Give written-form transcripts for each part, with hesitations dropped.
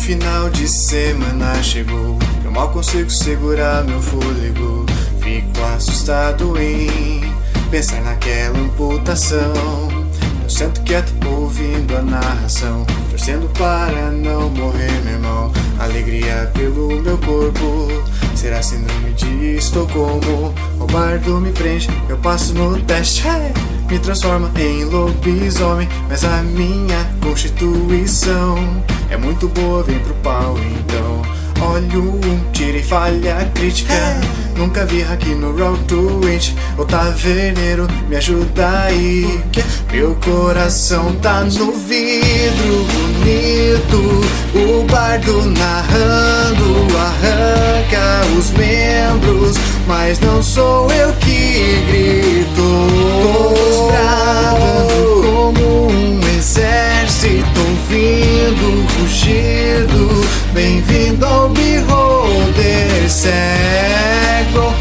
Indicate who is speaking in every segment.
Speaker 1: final de semana chegou, eu mal consigo segurar meu fôlego. Fico assustado em pensar naquela amputação. Eu sento quieto ouvindo a narração, torcendo para não morrer, meu irmão. Alegria pelo meu corpo, será síndrome de Estocolmo. O bardo me prende, eu passo no teste, me transforma em lobisomem. Mas a minha constituição é muito boa, vem pro pau então. Olho tiro e falha crítica, nunca vi hack no Road to Witch. O taverneiro me ajuda aí, meu coração tá no vidro bonito. O bardo narrando arranca os membros, mas não sou eu que grito. Todos bradando como um exército, ouvindo o rugido. Bem-vindo ao Beholder cego.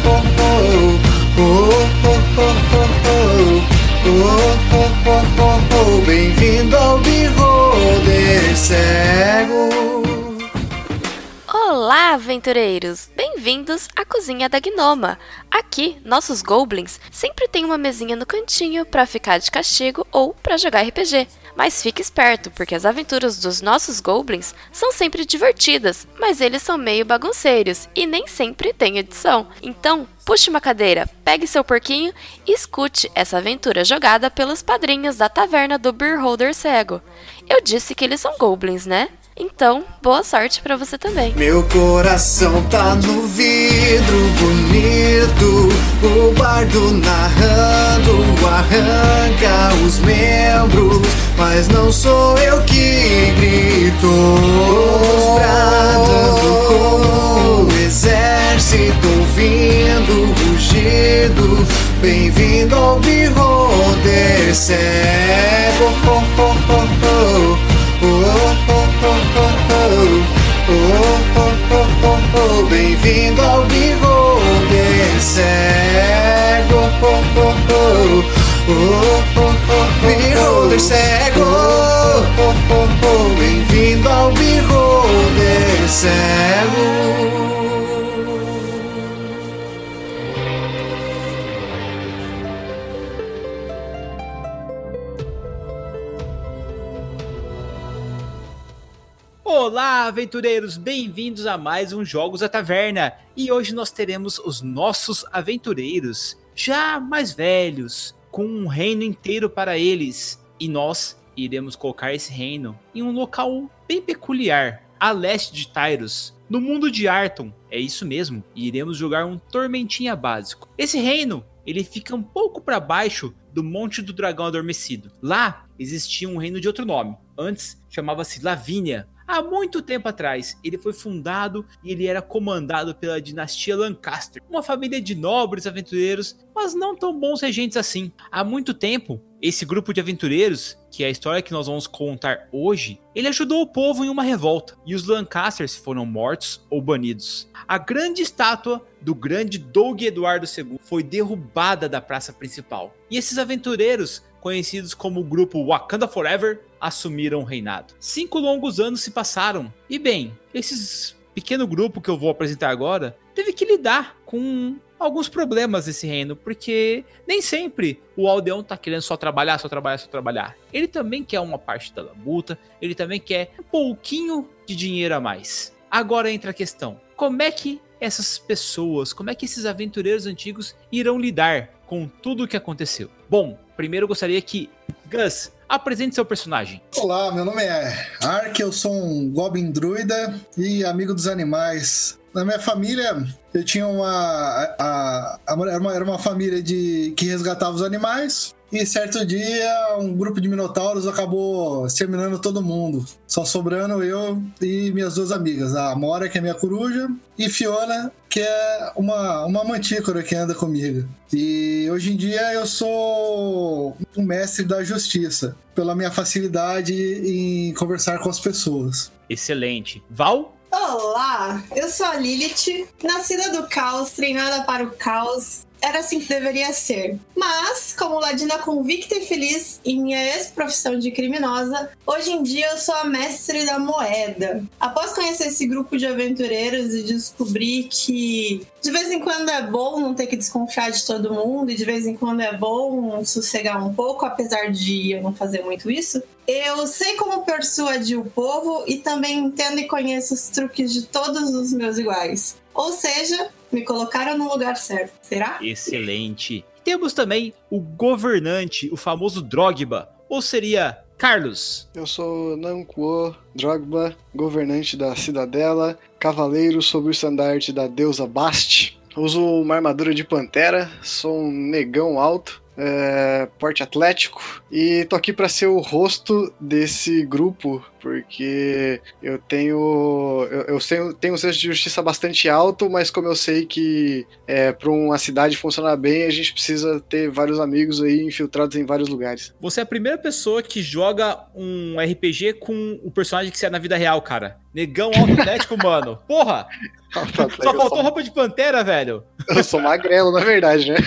Speaker 1: Bem-vindo ao Beholder cego.
Speaker 2: Olá, aventureiros! Bem-vindos à Cozinha da Gnoma. Aqui, nossos goblins sempre têm uma mesinha no cantinho para ficar de castigo ou para jogar RPG. Mas fique esperto, porque as aventuras dos nossos goblins são sempre divertidas, mas eles são meio bagunceiros e nem sempre tem edição. Então, puxe uma cadeira, pegue seu porquinho e escute essa aventura jogada pelos padrinhos da taverna do Beholder cego. Eu disse que eles são goblins, né? Então, boa sorte pra você também.
Speaker 1: Meu coração tá no vidro bonito. O bardo narrando arranca os membros, mas não sou eu que grito. Os bradando como um exército, ouvindo o rugido. Bem-vindo ao Beholder cego. Bem-vindo ao Beholder cego. Beholder cego. Bem-vindo ao Beholder cego.
Speaker 3: Olá, aventureiros! Bem-vindos a mais um Jogos da Taverna! E hoje nós teremos os nossos aventureiros, já mais velhos, com um reino inteiro para eles. E nós iremos colocar esse reino em um local bem peculiar, a leste de Tyros, no mundo de Arton. É isso mesmo, e iremos jogar um Tormentinha básico. Esse reino, ele fica um pouco para baixo do Monte do Dragão Adormecido. Lá existia um reino de outro nome, antes chamava-se Lavínia. Há muito tempo atrás, ele foi fundado e ele era comandado pela dinastia Lancaster, uma família de nobres aventureiros, mas não tão bons regentes assim. Há muito tempo, esse grupo de aventureiros, que é a história que nós vamos contar hoje, ele ajudou o povo em uma revolta, e os Lancasters foram mortos ou banidos. A grande estátua do grande Doug Eduardo II foi derrubada da praça principal, e esses aventureiros, conhecidos como o grupo Wakanda Forever, assumiram o reinado. 5 longos anos se passaram, e bem, esse pequeno grupo que eu vou apresentar agora teve que lidar com alguns problemas desse reino, porque nem sempre o aldeão tá querendo só trabalhar. Ele também quer uma parte da labuta, ele também quer um pouquinho de dinheiro a mais. Agora entra a questão, como é que essas pessoas, como é que esses aventureiros antigos irão lidar com tudo o que aconteceu? Bom, primeiro eu gostaria que Gus apresente seu personagem.
Speaker 4: Olá, meu nome é Ark, eu sou um Goblin Druida e amigo dos animais. Na minha família, eu tinha era uma família que resgatava os animais. E certo dia, um grupo de minotauros acabou exterminando todo mundo. Só sobrando eu e minhas 2 amigas. A Amora, que é minha coruja, e Fiona, que é uma mantícora que anda comigo. E hoje em dia eu sou um mestre da justiça, pela minha facilidade em conversar com as pessoas.
Speaker 3: Excelente. Val?
Speaker 5: Olá, eu sou a Lilith, nascida do caos, treinada para o caos. era assim que deveria ser. Mas, como ladina convicta e feliz em minha ex-profissão de criminosa, hoje em dia eu sou a mestre da moeda. Após conhecer esse grupo de aventureiros e descobrir que de vez em quando é bom não ter que desconfiar de todo mundo e de vez em quando é bom sossegar um pouco, apesar de eu não fazer muito isso, eu sei como persuadir o povo e também entendo e conheço os truques de todos os meus iguais. Ou seja, me colocaram no lugar certo, será?
Speaker 3: Excelente. Temos também o governante, o famoso Drogba, ou seria Carlos.
Speaker 1: Eu sou Nanquo Drogba, governante da Cidadela, cavaleiro sob o estandarte da deusa Bast. Uso uma armadura de pantera, sou um negão alto, porte atlético, e tô aqui pra ser o rosto desse grupo, porque eu tenho um senso de justiça bastante alto, mas como eu sei que pra uma cidade funcionar bem, a gente precisa ter vários amigos aí infiltrados em vários lugares.
Speaker 3: Você é a primeira pessoa que joga um RPG com o personagem que você é na vida real, cara. Negão alto atlético, mano. Porra! Só faltou roupa de pantera, velho.
Speaker 1: Eu sou magrelo, na verdade, né?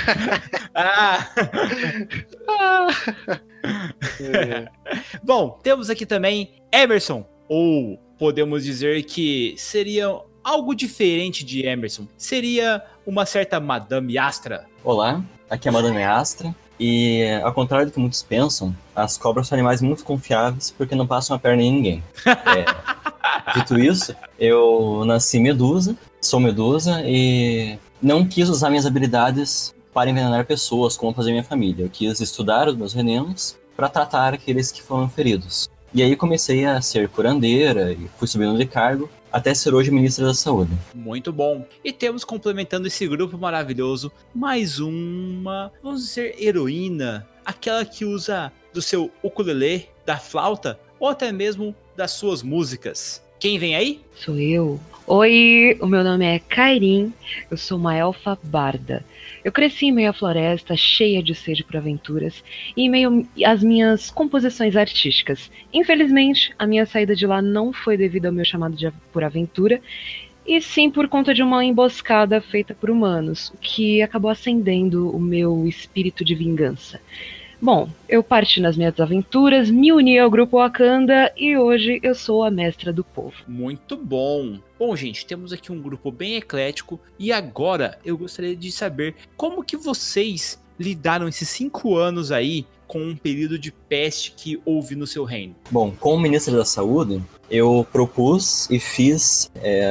Speaker 3: Bom, temos aqui também Emerson, ou podemos dizer que seria algo diferente de Emerson. Seria uma certa Madame Astra.
Speaker 6: Olá, aqui é a Madame Astra. E, ao contrário do que muitos pensam, as cobras são animais muito confiáveis porque não passam a perna em ninguém. Dito isso, eu nasci medusa, sou medusa e não quis usar minhas habilidades para envenenar pessoas como fazer minha família. Eu quis estudar os meus venenos para tratar aqueles que foram feridos. E aí comecei a ser curandeira e fui subindo de cargo até ser hoje ministra da Saúde.
Speaker 3: Muito bom. E temos complementando esse grupo maravilhoso mais uma, vamos dizer, heroína. Aquela que usa do seu ukulele, da flauta ou até mesmo das suas músicas. Quem vem aí?
Speaker 7: Sou eu. Oi, o meu nome é Kairin, eu sou uma elfa barda. Eu cresci em meio à floresta, cheia de sede por aventuras, e em meio às minhas composições artísticas. Infelizmente, a minha saída de lá não foi devido ao meu chamado por aventura, e sim por conta de uma emboscada feita por humanos, o que acabou acendendo o meu espírito de vingança. Bom, eu parti nas minhas aventuras, me uni ao grupo Wakanda e hoje eu sou a mestra do povo.
Speaker 3: Muito bom! Bom, gente, temos aqui um grupo bem eclético e agora eu gostaria de saber como que vocês lidaram esses 5 anos aí com um período de peste que houve no seu reino.
Speaker 6: Bom, como ministro da Saúde, eu propus e fiz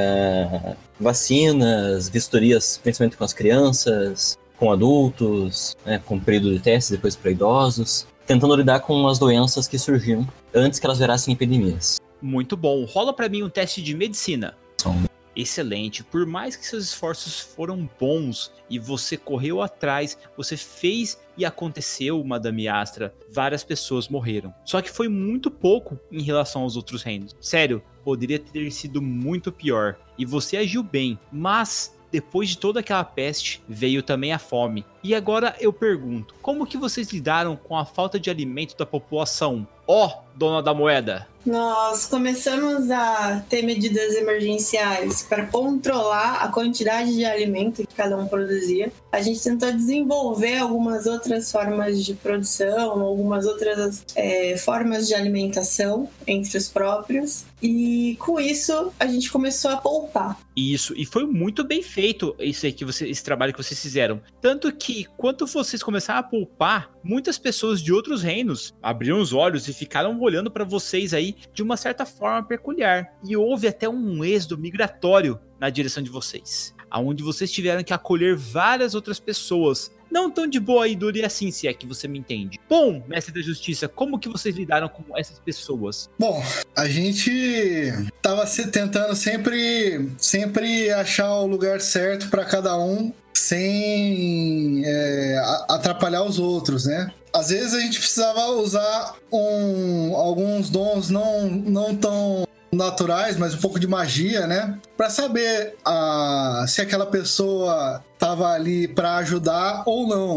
Speaker 6: vacinas, vistorias, principalmente com as crianças, com adultos, com período de testes depois para idosos, tentando lidar com as doenças que surgiram antes que elas virassem epidemias.
Speaker 3: Muito bom. Rola para mim um teste de medicina. Excelente. Por mais que seus esforços foram bons e você correu atrás, você fez e aconteceu, Madame Astra, várias pessoas morreram. Só que foi muito pouco em relação aos outros reinos. Sério, poderia ter sido muito pior. E você agiu bem, mas depois de toda aquela peste, veio também a fome. E agora eu pergunto, como que vocês lidaram com a falta de alimento da população? Ó, dona da moeda!
Speaker 5: Nós começamos a ter medidas emergenciais para controlar a quantidade de alimento que cada um produzia. A gente tentou desenvolver algumas outras formas de produção, algumas outras formas de alimentação entre os próprios. E com isso, a gente começou a poupar.
Speaker 3: Isso, e foi muito bem feito esse trabalho que vocês fizeram. Tanto que, quando vocês começaram a poupar, muitas pessoas de outros reinos abriram os olhos e ficaram olhando para vocês aí de uma certa forma peculiar. E houve até um êxodo migratório na direção de vocês, onde vocês tiveram que acolher várias outras pessoas. Não tão de boa índole assim, se é que você me entende. Bom, mestre da justiça, como que vocês lidaram com essas pessoas?
Speaker 4: Bom, a gente tava tentando sempre achar o lugar certo para cada um, sem atrapalhar os outros, né? Às vezes a gente precisava usar alguns dons não tão naturais, mas um pouco de magia, né? Pra saber se aquela pessoa tava ali pra ajudar ou não, né?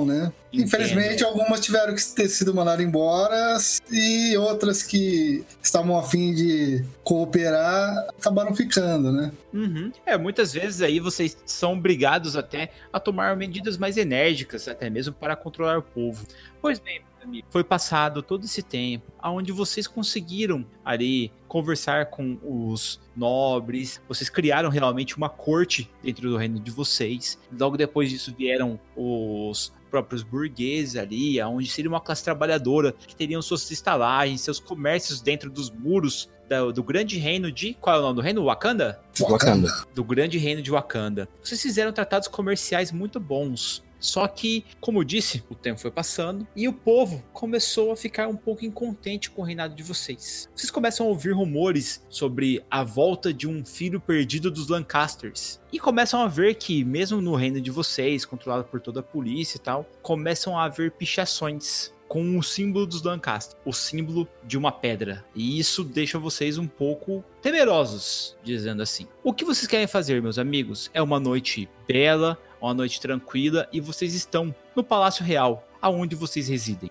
Speaker 4: Infelizmente, algumas tiveram que ter sido mandadas embora e outras que estavam a fim de cooperar acabaram ficando, né?
Speaker 3: Uhum. Muitas vezes aí vocês são obrigados até a tomar medidas mais enérgicas, até mesmo para controlar o povo. Pois bem, foi passado todo esse tempo, onde vocês conseguiram ali conversar com os nobres, vocês criaram realmente uma corte dentro do reino de vocês. Logo depois disso vieram os próprios burgueses ali, onde seria uma classe trabalhadora que teriam suas estalagens, seus comércios dentro dos muros do grande reino de... Qual é o nome do reino? Wakanda?
Speaker 6: Wakanda.
Speaker 3: Do grande reino de Wakanda. Vocês fizeram tratados comerciais muito bons. Só que, como eu disse, o tempo foi passando e o povo começou a ficar um pouco incontente com o reinado de vocês. Vocês começam a ouvir rumores sobre a volta de um filho perdido dos Lancasters. E começam a ver que, mesmo no reino de vocês, controlado por toda a polícia e tal, começam a haver pichações com o símbolo dos Lancaster, o símbolo de uma pedra. E isso deixa vocês um pouco temerosos, dizendo assim. O que vocês querem fazer, meus amigos? É uma noite bela, uma noite tranquila, e vocês estão no Palácio Real, aonde vocês residem.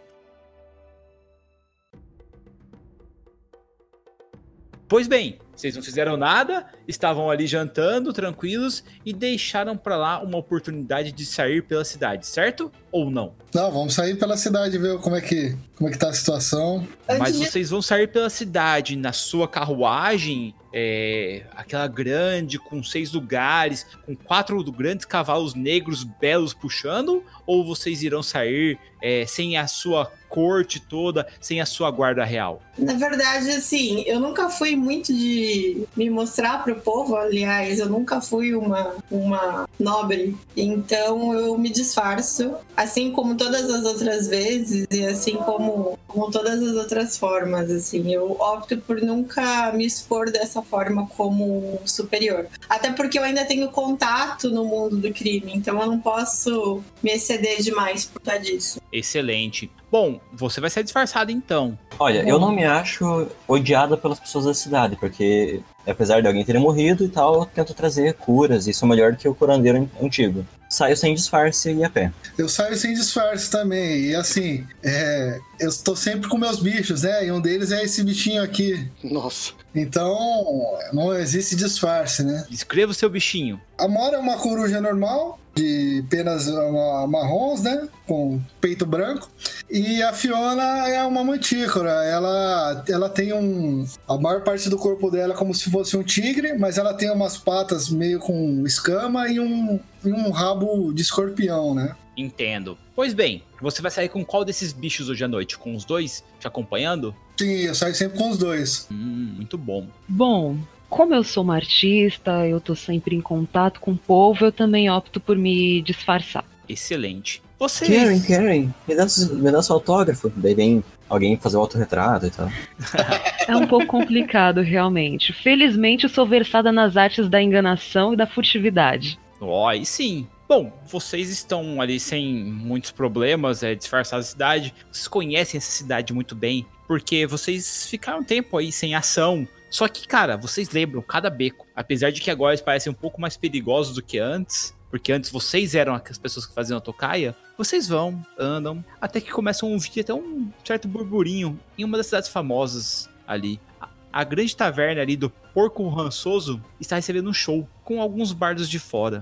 Speaker 3: Pois bem, vocês não fizeram nada, estavam ali jantando, tranquilos, e deixaram pra lá uma oportunidade de sair pela cidade, certo? Ou não?
Speaker 4: Não, vamos sair pela cidade, ver como é que tá a situação.
Speaker 3: Mas vocês vão sair pela cidade na sua carruagem, aquela grande, com 6 lugares, com 4 grandes cavalos negros belos puxando? Ou vocês irão sair sem a sua corte toda, sem a sua guarda real?
Speaker 5: Na verdade, assim, eu nunca fui muito de me mostrar pro povo, aliás, eu nunca fui uma nobre, então eu me disfarço, assim como todas as outras vezes e assim como todas as outras formas, assim, eu opto por nunca me expor dessa forma como superior, até porque eu ainda tenho contato no mundo do crime, então eu não posso me exceder demais por causa disso.
Speaker 3: Excelente. Bom, você vai ser disfarçado então.
Speaker 6: Olha, eu não me acho odiada pelas pessoas da cidade, porque apesar de alguém ter morrido e tal, eu tento trazer curas, e sou melhor do que o curandeiro antigo. Saio sem disfarce e a pé.
Speaker 4: Eu saio sem disfarce também, e assim, eu estou sempre com meus bichos, né? E um deles é esse bichinho aqui.
Speaker 1: Nossa.
Speaker 4: Então, não existe disfarce, né?
Speaker 3: Descreva o seu bichinho.
Speaker 4: A Mora é uma coruja normal, de penas marrons, né? Com peito branco. E a Fiona é uma mantícora. Ela tem a maior parte do corpo dela como se fosse um tigre, mas ela tem umas patas meio com escama e um rabo de escorpião, né?
Speaker 3: Entendo. Pois bem, você vai sair com qual desses bichos hoje à noite? Com os dois te acompanhando?
Speaker 4: Sim, eu saio sempre com os dois.
Speaker 3: Muito bom.
Speaker 7: Bom, como eu sou uma artista, eu tô sempre em contato com o povo, eu também opto por me disfarçar.
Speaker 3: Excelente. Vocês...
Speaker 6: Karen, me dá seu autógrafo. Daí vem alguém fazer o autorretrato e tal.
Speaker 7: É um pouco complicado, realmente. Felizmente eu sou versada nas artes da enganação e da furtividade.
Speaker 3: Aí sim. Bom, vocês estão ali sem muitos problemas, disfarçados da cidade. Vocês conhecem essa cidade muito bem, porque vocês ficaram um tempo aí sem ação. Só que, cara, vocês lembram cada beco. Apesar de que agora eles parecem um pouco mais perigosos do que antes, porque antes vocês eram as pessoas que faziam a tocaia, vocês vão, andam, até que começam a ouvir até um certo burburinho em uma das cidades famosas ali. A grande taverna ali do Porco Rançoso está recebendo um show com alguns bardos de fora.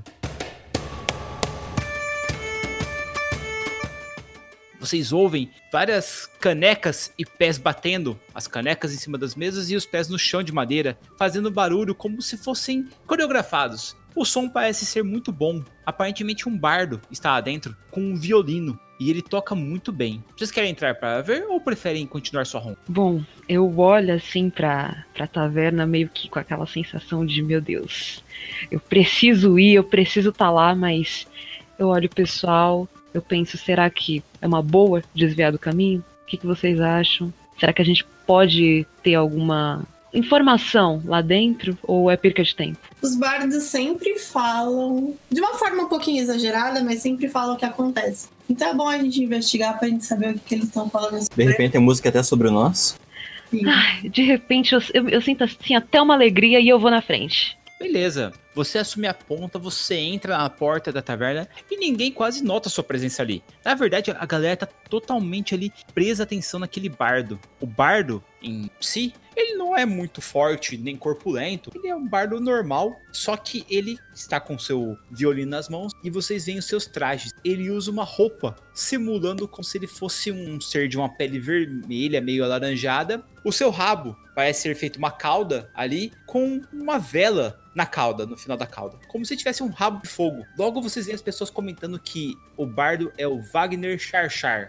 Speaker 3: Vocês ouvem várias canecas e pés batendo, as canecas em cima das mesas e os pés no chão de madeira, fazendo barulho como se fossem coreografados. O som parece ser muito bom. Aparentemente um bardo está lá dentro com um violino e ele toca muito bem. Vocês querem entrar para ver ou preferem continuar sua ronda?
Speaker 7: Bom, eu olho assim pra taverna meio que com aquela sensação de, meu Deus, eu preciso ir, eu preciso estar lá, mas eu olho o pessoal, eu penso, será que é uma boa desviar do caminho? O que vocês acham? Será que a gente pode ter alguma informação lá dentro ou é perca de tempo?
Speaker 5: Os bardos sempre falam, de uma forma um pouquinho exagerada, mas sempre falam o que acontece. Então é bom a gente investigar pra gente saber o que eles estão falando.
Speaker 6: De repente a música é até sobre nós.
Speaker 7: Ai, de repente eu sinto assim até uma alegria e eu vou na frente.
Speaker 3: Beleza, você assume a ponta, você entra na porta da taverna e ninguém quase nota a sua presença ali. Na verdade, a galera tá totalmente ali presa atenção naquele bardo. O bardo em si, ele não é muito forte nem corpulento, ele é um bardo normal, só que ele está com seu violino nas mãos e vocês veem os seus trajes. Ele usa uma roupa simulando como se ele fosse um ser de uma pele vermelha, meio alaranjada. O seu rabo parece ser feito uma cauda ali com uma vela na cauda, no final da cauda, como se tivesse um rabo de fogo. Logo vocês veem as pessoas comentando que o bardo é o Wagner Charchar.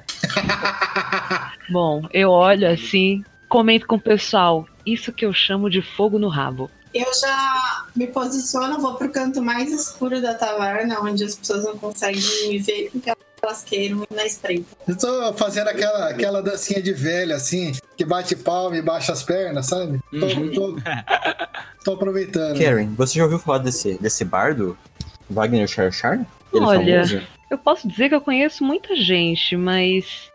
Speaker 7: Bom, eu olho assim, comento com o pessoal, isso que eu chamo de fogo no rabo.
Speaker 5: Eu já me posiciono, vou pro canto mais escuro da taverna, onde as pessoas não conseguem me ver porque elas queiram ir na espreita.
Speaker 4: Eu tô fazendo aquela dancinha de velho, assim, que bate palma e baixa as pernas, sabe? Tô aproveitando.
Speaker 6: Karen, você já ouviu falar desse bardo? Wagner Charchar? Ele é
Speaker 7: Olha,
Speaker 6: famoso?
Speaker 7: eu posso dizer que eu conheço muita gente, mas...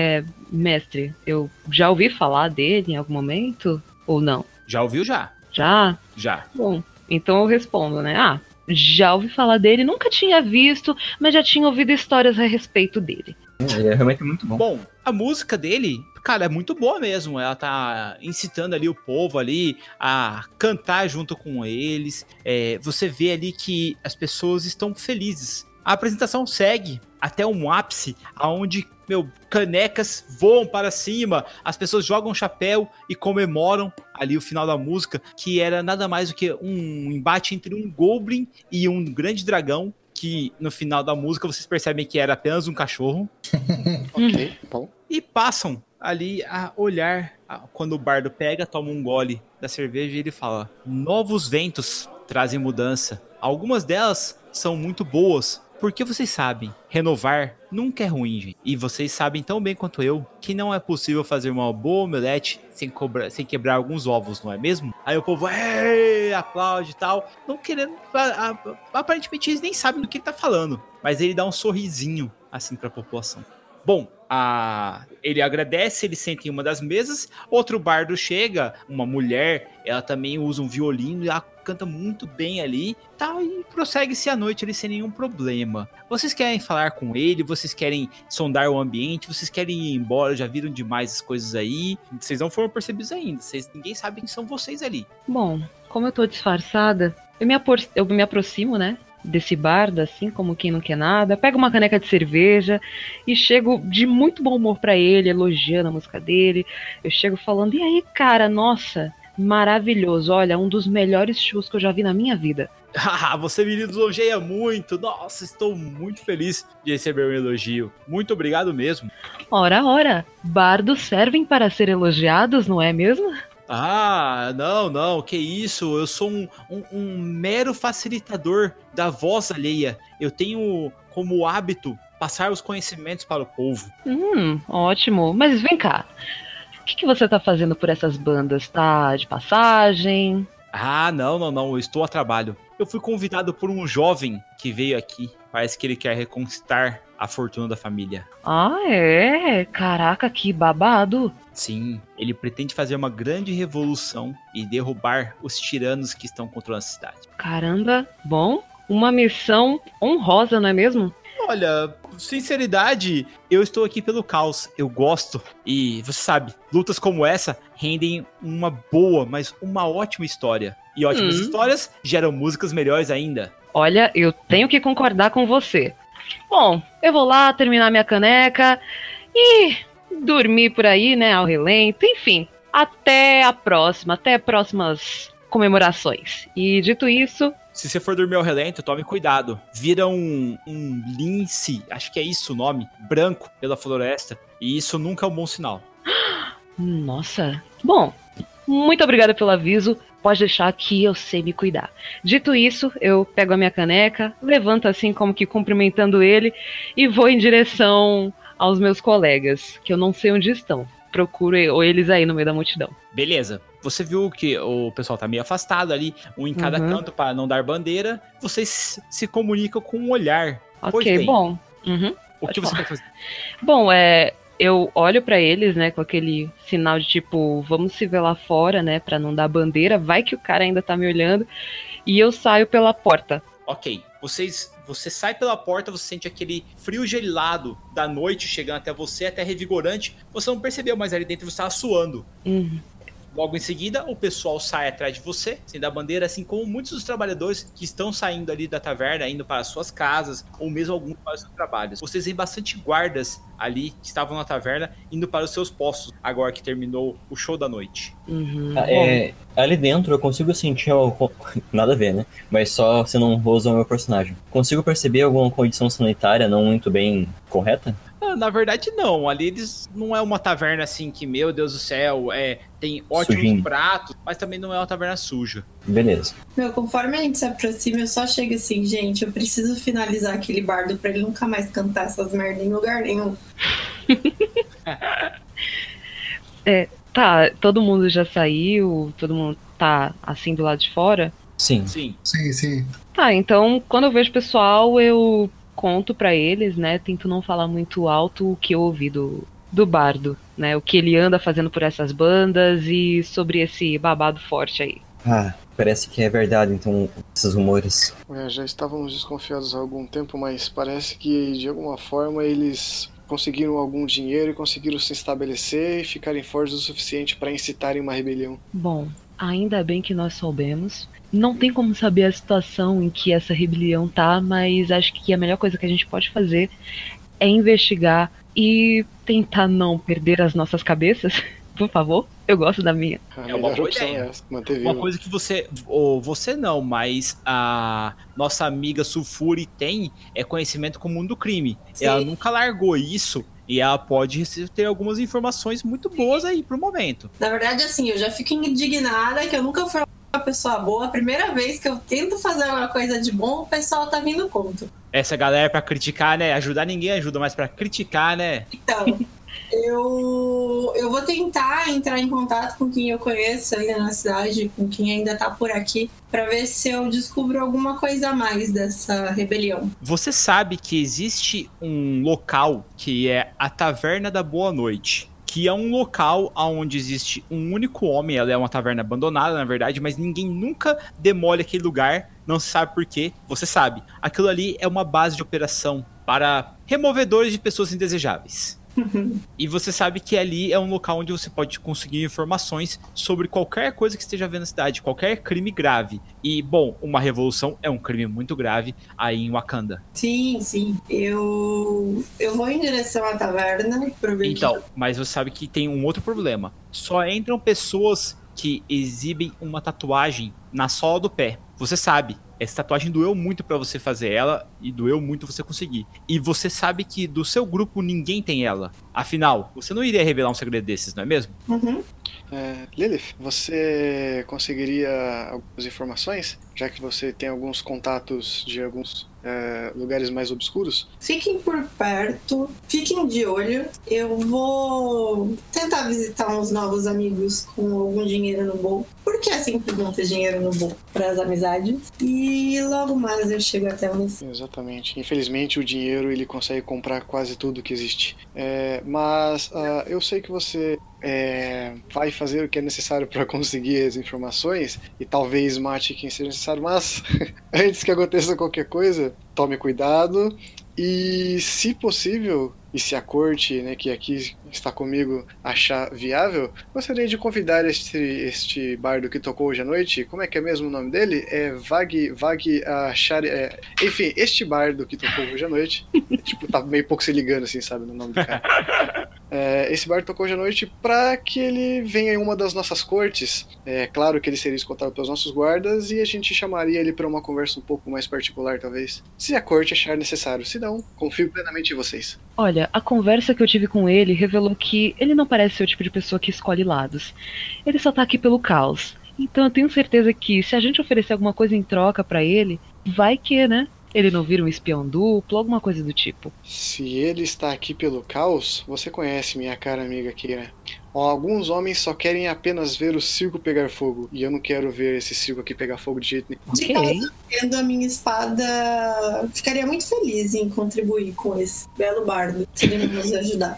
Speaker 7: mestre, eu já ouvi falar dele em algum momento? Ou não?
Speaker 3: Já ouviu já?
Speaker 7: Já?
Speaker 3: Já.
Speaker 7: Bom, então eu respondo, né? Já ouvi falar dele, nunca tinha visto, mas já tinha ouvido histórias a respeito dele.
Speaker 6: Ele é realmente muito bom.
Speaker 3: Bom, a música dele, cara, é muito boa mesmo. Ela tá incitando ali o povo ali a cantar junto com eles. Você vê ali que as pessoas estão felizes. A apresentação segue até um ápice, onde, canecas voam para cima, as pessoas jogam chapéu e comemoram ali o final da música, que era nada mais do que um embate entre um goblin e um grande dragão, que no final da música vocês percebem que era apenas um cachorro.
Speaker 1: Ok, bom.
Speaker 3: E passam ali a olhar, quando o bardo pega, toma um gole da cerveja e ele fala: novos ventos trazem mudança. Algumas delas são muito boas, porque vocês sabem, renovar nunca é ruim, gente. E vocês sabem tão bem quanto eu que não é possível fazer uma boa omelete sem quebrar alguns ovos, não é mesmo? Aí o povo aplaude e tal, não querendo... Aparentemente eles nem sabem do que ele tá falando, mas ele dá um sorrisinho assim pra população. Bom, ele agradece, ele senta em uma das mesas, outro bardo chega, uma mulher, ela também usa um violino e ela canta muito bem ali, tá, e prossegue-se a noite ali sem nenhum problema. Vocês querem falar com ele, vocês querem sondar o ambiente, vocês querem ir embora, já viram demais as coisas aí, vocês não foram percebidos ainda, ninguém sabe quem são vocês ali.
Speaker 7: Bom, como eu tô disfarçada, eu me aproximo, né? Desse bardo, assim, como quem não quer nada, pego uma caneca de cerveja e chego de muito bom humor pra ele, elogiando a música dele. Eu chego falando, e aí, cara, nossa, maravilhoso, olha, um dos melhores shows que eu já vi na minha vida.
Speaker 3: Você me lisonjeia muito, nossa, estou muito feliz de receber um elogio, muito obrigado mesmo.
Speaker 7: Ora, bardos servem para ser elogiados, não é mesmo?
Speaker 3: Não, que isso, eu sou um mero facilitador da voz alheia, eu tenho como hábito passar os conhecimentos para o povo.
Speaker 7: Ótimo, mas vem cá, o que você tá fazendo por essas bandas? Tá de passagem?
Speaker 3: Não, eu estou a trabalho. Eu fui convidado por um jovem que veio aqui, parece que ele quer reconquistar a fortuna da família.
Speaker 7: É? Caraca, que babado.
Speaker 3: Sim, ele pretende fazer uma grande revolução e derrubar os tiranos que estão controlando a cidade.
Speaker 7: Caramba, bom, uma missão honrosa, não é mesmo?
Speaker 3: Olha, sinceridade, eu estou aqui pelo caos, eu gosto. E você sabe, lutas como essa rendem uma boa, mas uma ótima história. E ótimas histórias geram músicas melhores ainda.
Speaker 7: Olha, eu tenho que concordar com você. Bom, eu vou lá terminar minha caneca e dormir por aí, né, ao relento. Enfim, até próximas comemorações. E dito isso...
Speaker 3: Se você for dormir ao relento, tome cuidado. Vira um lince, acho que é isso o nome, branco pela floresta. E isso nunca é um bom sinal.
Speaker 7: Nossa. Bom, muito obrigada pelo aviso. Pode deixar que eu sei me cuidar. Dito isso, eu pego a minha caneca, levanto assim como que cumprimentando ele e vou em direção aos meus colegas, que eu não sei onde estão. Procuro eles aí no meio da multidão.
Speaker 3: Beleza. Você viu que o pessoal tá meio afastado ali, um em cada canto para não dar bandeira. Vocês se comunicam com um olhar.
Speaker 7: Ok, bom.
Speaker 3: O que você quer fazer?
Speaker 7: Bom, eu olho pra eles, né, com aquele sinal de tipo, vamos se ver lá fora, né, pra não dar bandeira, vai que o cara ainda tá me olhando. e eu saio pela porta.
Speaker 3: Ok, você sai pela porta, você sente aquele frio gelado da noite chegando até você, até revigorante. Você não percebeu, mas ali dentro você estava suando. Logo em seguida, o pessoal sai atrás de você, sem dar bandeira, assim como muitos dos trabalhadores que estão saindo ali da taverna, indo para as suas casas, ou mesmo alguns para os seus trabalhos. Vocês veem bastante guardas ali que estavam na taverna, indo para os seus postos, agora que terminou o show da noite.
Speaker 6: Ali dentro eu consigo sentir nada a ver, né? Mas só sendo honroso ao meu personagem. Consigo perceber alguma condição sanitária não muito bem correta?
Speaker 3: Na verdade, não. Ali eles não é uma taverna assim que, meu Deus do céu, tem ótimos
Speaker 6: Sujinho.
Speaker 3: pratos, mas também não é uma taverna suja.
Speaker 6: Beleza.
Speaker 5: Conforme a gente se aproxima, eu só chego assim, gente, eu preciso finalizar aquele bardo pra ele nunca mais cantar essas merdas em lugar nenhum.
Speaker 7: Tá, todo mundo já saiu, todo mundo tá assim do lado de fora?
Speaker 6: Sim.
Speaker 3: Sim.
Speaker 4: Sim.
Speaker 7: Tá, então quando eu vejo o pessoal, eu conto pra eles, né? Tento não falar muito alto o que eu ouvi do bardo, né? O que ele anda fazendo por essas bandas e sobre esse babado forte aí.
Speaker 6: Parece que é verdade, então, esses rumores.
Speaker 1: Já estávamos desconfiados há algum tempo, mas parece que de alguma forma eles conseguiram algum dinheiro e conseguiram se estabelecer e ficarem fortes o suficiente para incitarem uma rebelião.
Speaker 7: Bom, ainda bem que nós soubemos. Não tem como saber a situação em que essa rebelião tá, mas acho que a melhor coisa que a gente pode fazer é investigar e tentar não perder as nossas cabeças. Por favor, eu gosto da minha.
Speaker 1: A
Speaker 3: É uma
Speaker 1: melhor
Speaker 3: boa
Speaker 1: opção
Speaker 3: ideia.
Speaker 1: é essa, manter
Speaker 3: Uma
Speaker 1: vivo.
Speaker 3: coisa que você não, mas a nossa amiga Sulfuri tem é conhecimento comum do crime.
Speaker 5: Sim.
Speaker 3: Ela nunca largou isso e ela pode ter algumas informações muito boas aí pro momento.
Speaker 5: Na verdade, assim, eu já fico indignada que eu nunca fui uma pessoa boa. A primeira vez que eu tento fazer uma coisa de bom, o pessoal tá vindo contra.
Speaker 3: Essa galera pra criticar, né? Ajudar ninguém ajuda, mas pra criticar, né?
Speaker 5: Então, eu vou tentar entrar em contato com quem eu conheço ainda na cidade, com quem ainda tá por aqui, pra ver se eu descubro alguma coisa a mais dessa rebelião.
Speaker 3: Você sabe que existe um local que é a Taverna da Boa Noite, que é um local onde existe um único homem. Ela é uma taverna abandonada, na verdade, mas ninguém nunca demole aquele lugar, não se sabe por quê. Você sabe, aquilo ali é uma base de operação para removedores de pessoas indesejáveis. E você sabe que ali é um local onde você pode conseguir informações sobre qualquer coisa que esteja vendo na cidade, qualquer crime grave. E, bom, uma revolução é um crime muito grave aí em Wakanda.
Speaker 5: Sim. Eu vou em direção à taverna pra ver
Speaker 3: Então, mas você sabe que tem um outro problema. Só entram pessoas que exibem uma tatuagem na sola do pé. Você sabe, essa tatuagem doeu muito pra você fazer ela e doeu muito você conseguir. E você sabe que do seu grupo ninguém tem ela. Afinal, você não iria revelar um segredo desses, não é mesmo?
Speaker 5: Uhum.
Speaker 1: Lilith, você conseguiria algumas informações? Já que você tem alguns contatos de alguns lugares mais obscuros?
Speaker 5: Fiquem por perto, fiquem de olho. Eu vou tentar visitar uns novos amigos com algum dinheiro no bolso, porque é sempre bom ter dinheiro no bolso para as amizades. E logo mais eu chego até você.
Speaker 1: Exatamente. Infelizmente o dinheiro ele consegue comprar quase tudo que existe. Mas eu sei que você vai fazer o que é necessário para conseguir as informações e talvez mate quem seja necessário, mas antes que aconteça qualquer coisa, tome cuidado e, se possível, e se a corte, né, que aqui está comigo, achar viável, gostaria de convidar este bardo que tocou hoje à noite. Como é que é mesmo o nome dele? Enfim, este bardo que tocou hoje à noite. Tipo, tá meio pouco se ligando, assim, sabe, no nome do cara. Esse bardo tocou hoje à noite para que ele venha em uma das nossas cortes. É claro que ele seria escoltado pelos nossos guardas e a gente chamaria ele para uma conversa um pouco mais particular, talvez. Se a corte achar necessário. Se não, confio plenamente em vocês.
Speaker 7: Olha, a conversa que eu tive com ele revelou que ele não parece ser o tipo de pessoa que escolhe lados. Ele só tá aqui pelo caos. Então eu tenho certeza que se a gente oferecer alguma coisa em troca pra ele, vai que, né? Ele não vira um espião duplo, alguma coisa do tipo.
Speaker 1: Se ele está aqui pelo caos, você conhece minha cara amiga Kira. Alguns homens só querem apenas ver o circo pegar fogo. E eu não quero ver esse circo aqui pegar fogo de jeito nenhum.
Speaker 5: De caso, tendo a minha espada, ficaria muito feliz em contribuir com esse belo bardo, se ele nos ajudar.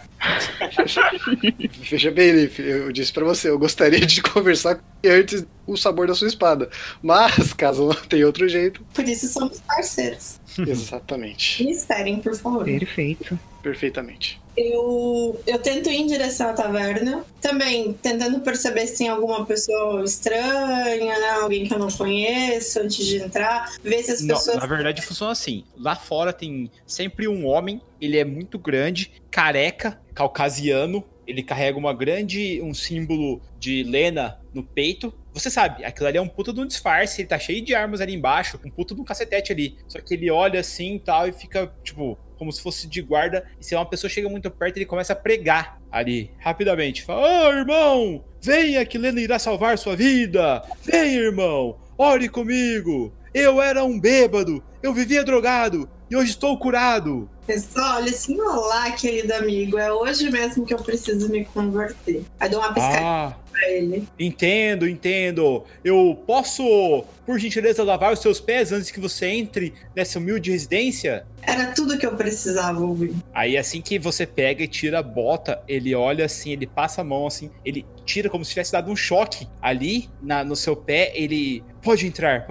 Speaker 1: Veja bem, Leaf, eu disse pra você, eu gostaria de conversar antes o sabor da sua espada. Mas, caso não tenha outro jeito...
Speaker 5: Por isso somos parceiros.
Speaker 1: Exatamente.
Speaker 5: Me esperem, por favor.
Speaker 7: Perfeito.
Speaker 1: Perfeitamente.
Speaker 5: Eu tento ir em direção à taverna, também tentando perceber se tem alguma pessoa estranha, né? Alguém que eu não conheço antes de entrar, ver se as pessoas...
Speaker 3: Na verdade funciona assim, lá fora tem sempre um homem, ele é muito grande, careca, caucasiano, ele carrega um símbolo de lena no peito. Você sabe, aquilo ali é um puta de um disfarce, ele tá cheio de armas ali embaixo, um puta de um cacetete ali. Só que ele olha assim e tal e fica, tipo, como se fosse de guarda. E se uma pessoa chega muito perto, ele começa a pregar ali, rapidamente. Fala, irmão, venha que Lena irá salvar sua vida. Venha, irmão, ore comigo. Eu era um bêbado, eu vivia drogado e hoje estou curado.
Speaker 5: Pessoal, olha assim, olá, querido amigo, é hoje mesmo que eu preciso me converter. Aí dou uma piscadinha pra ele.
Speaker 3: Entendo. Eu posso, por gentileza, lavar os seus pés antes que você entre nessa humilde residência?
Speaker 5: Era tudo que eu precisava ouvir.
Speaker 3: Aí assim que você pega e tira a bota, ele olha assim, ele passa a mão assim, ele tira como se tivesse dado um choque ali no seu pé, ele... Pode entrar.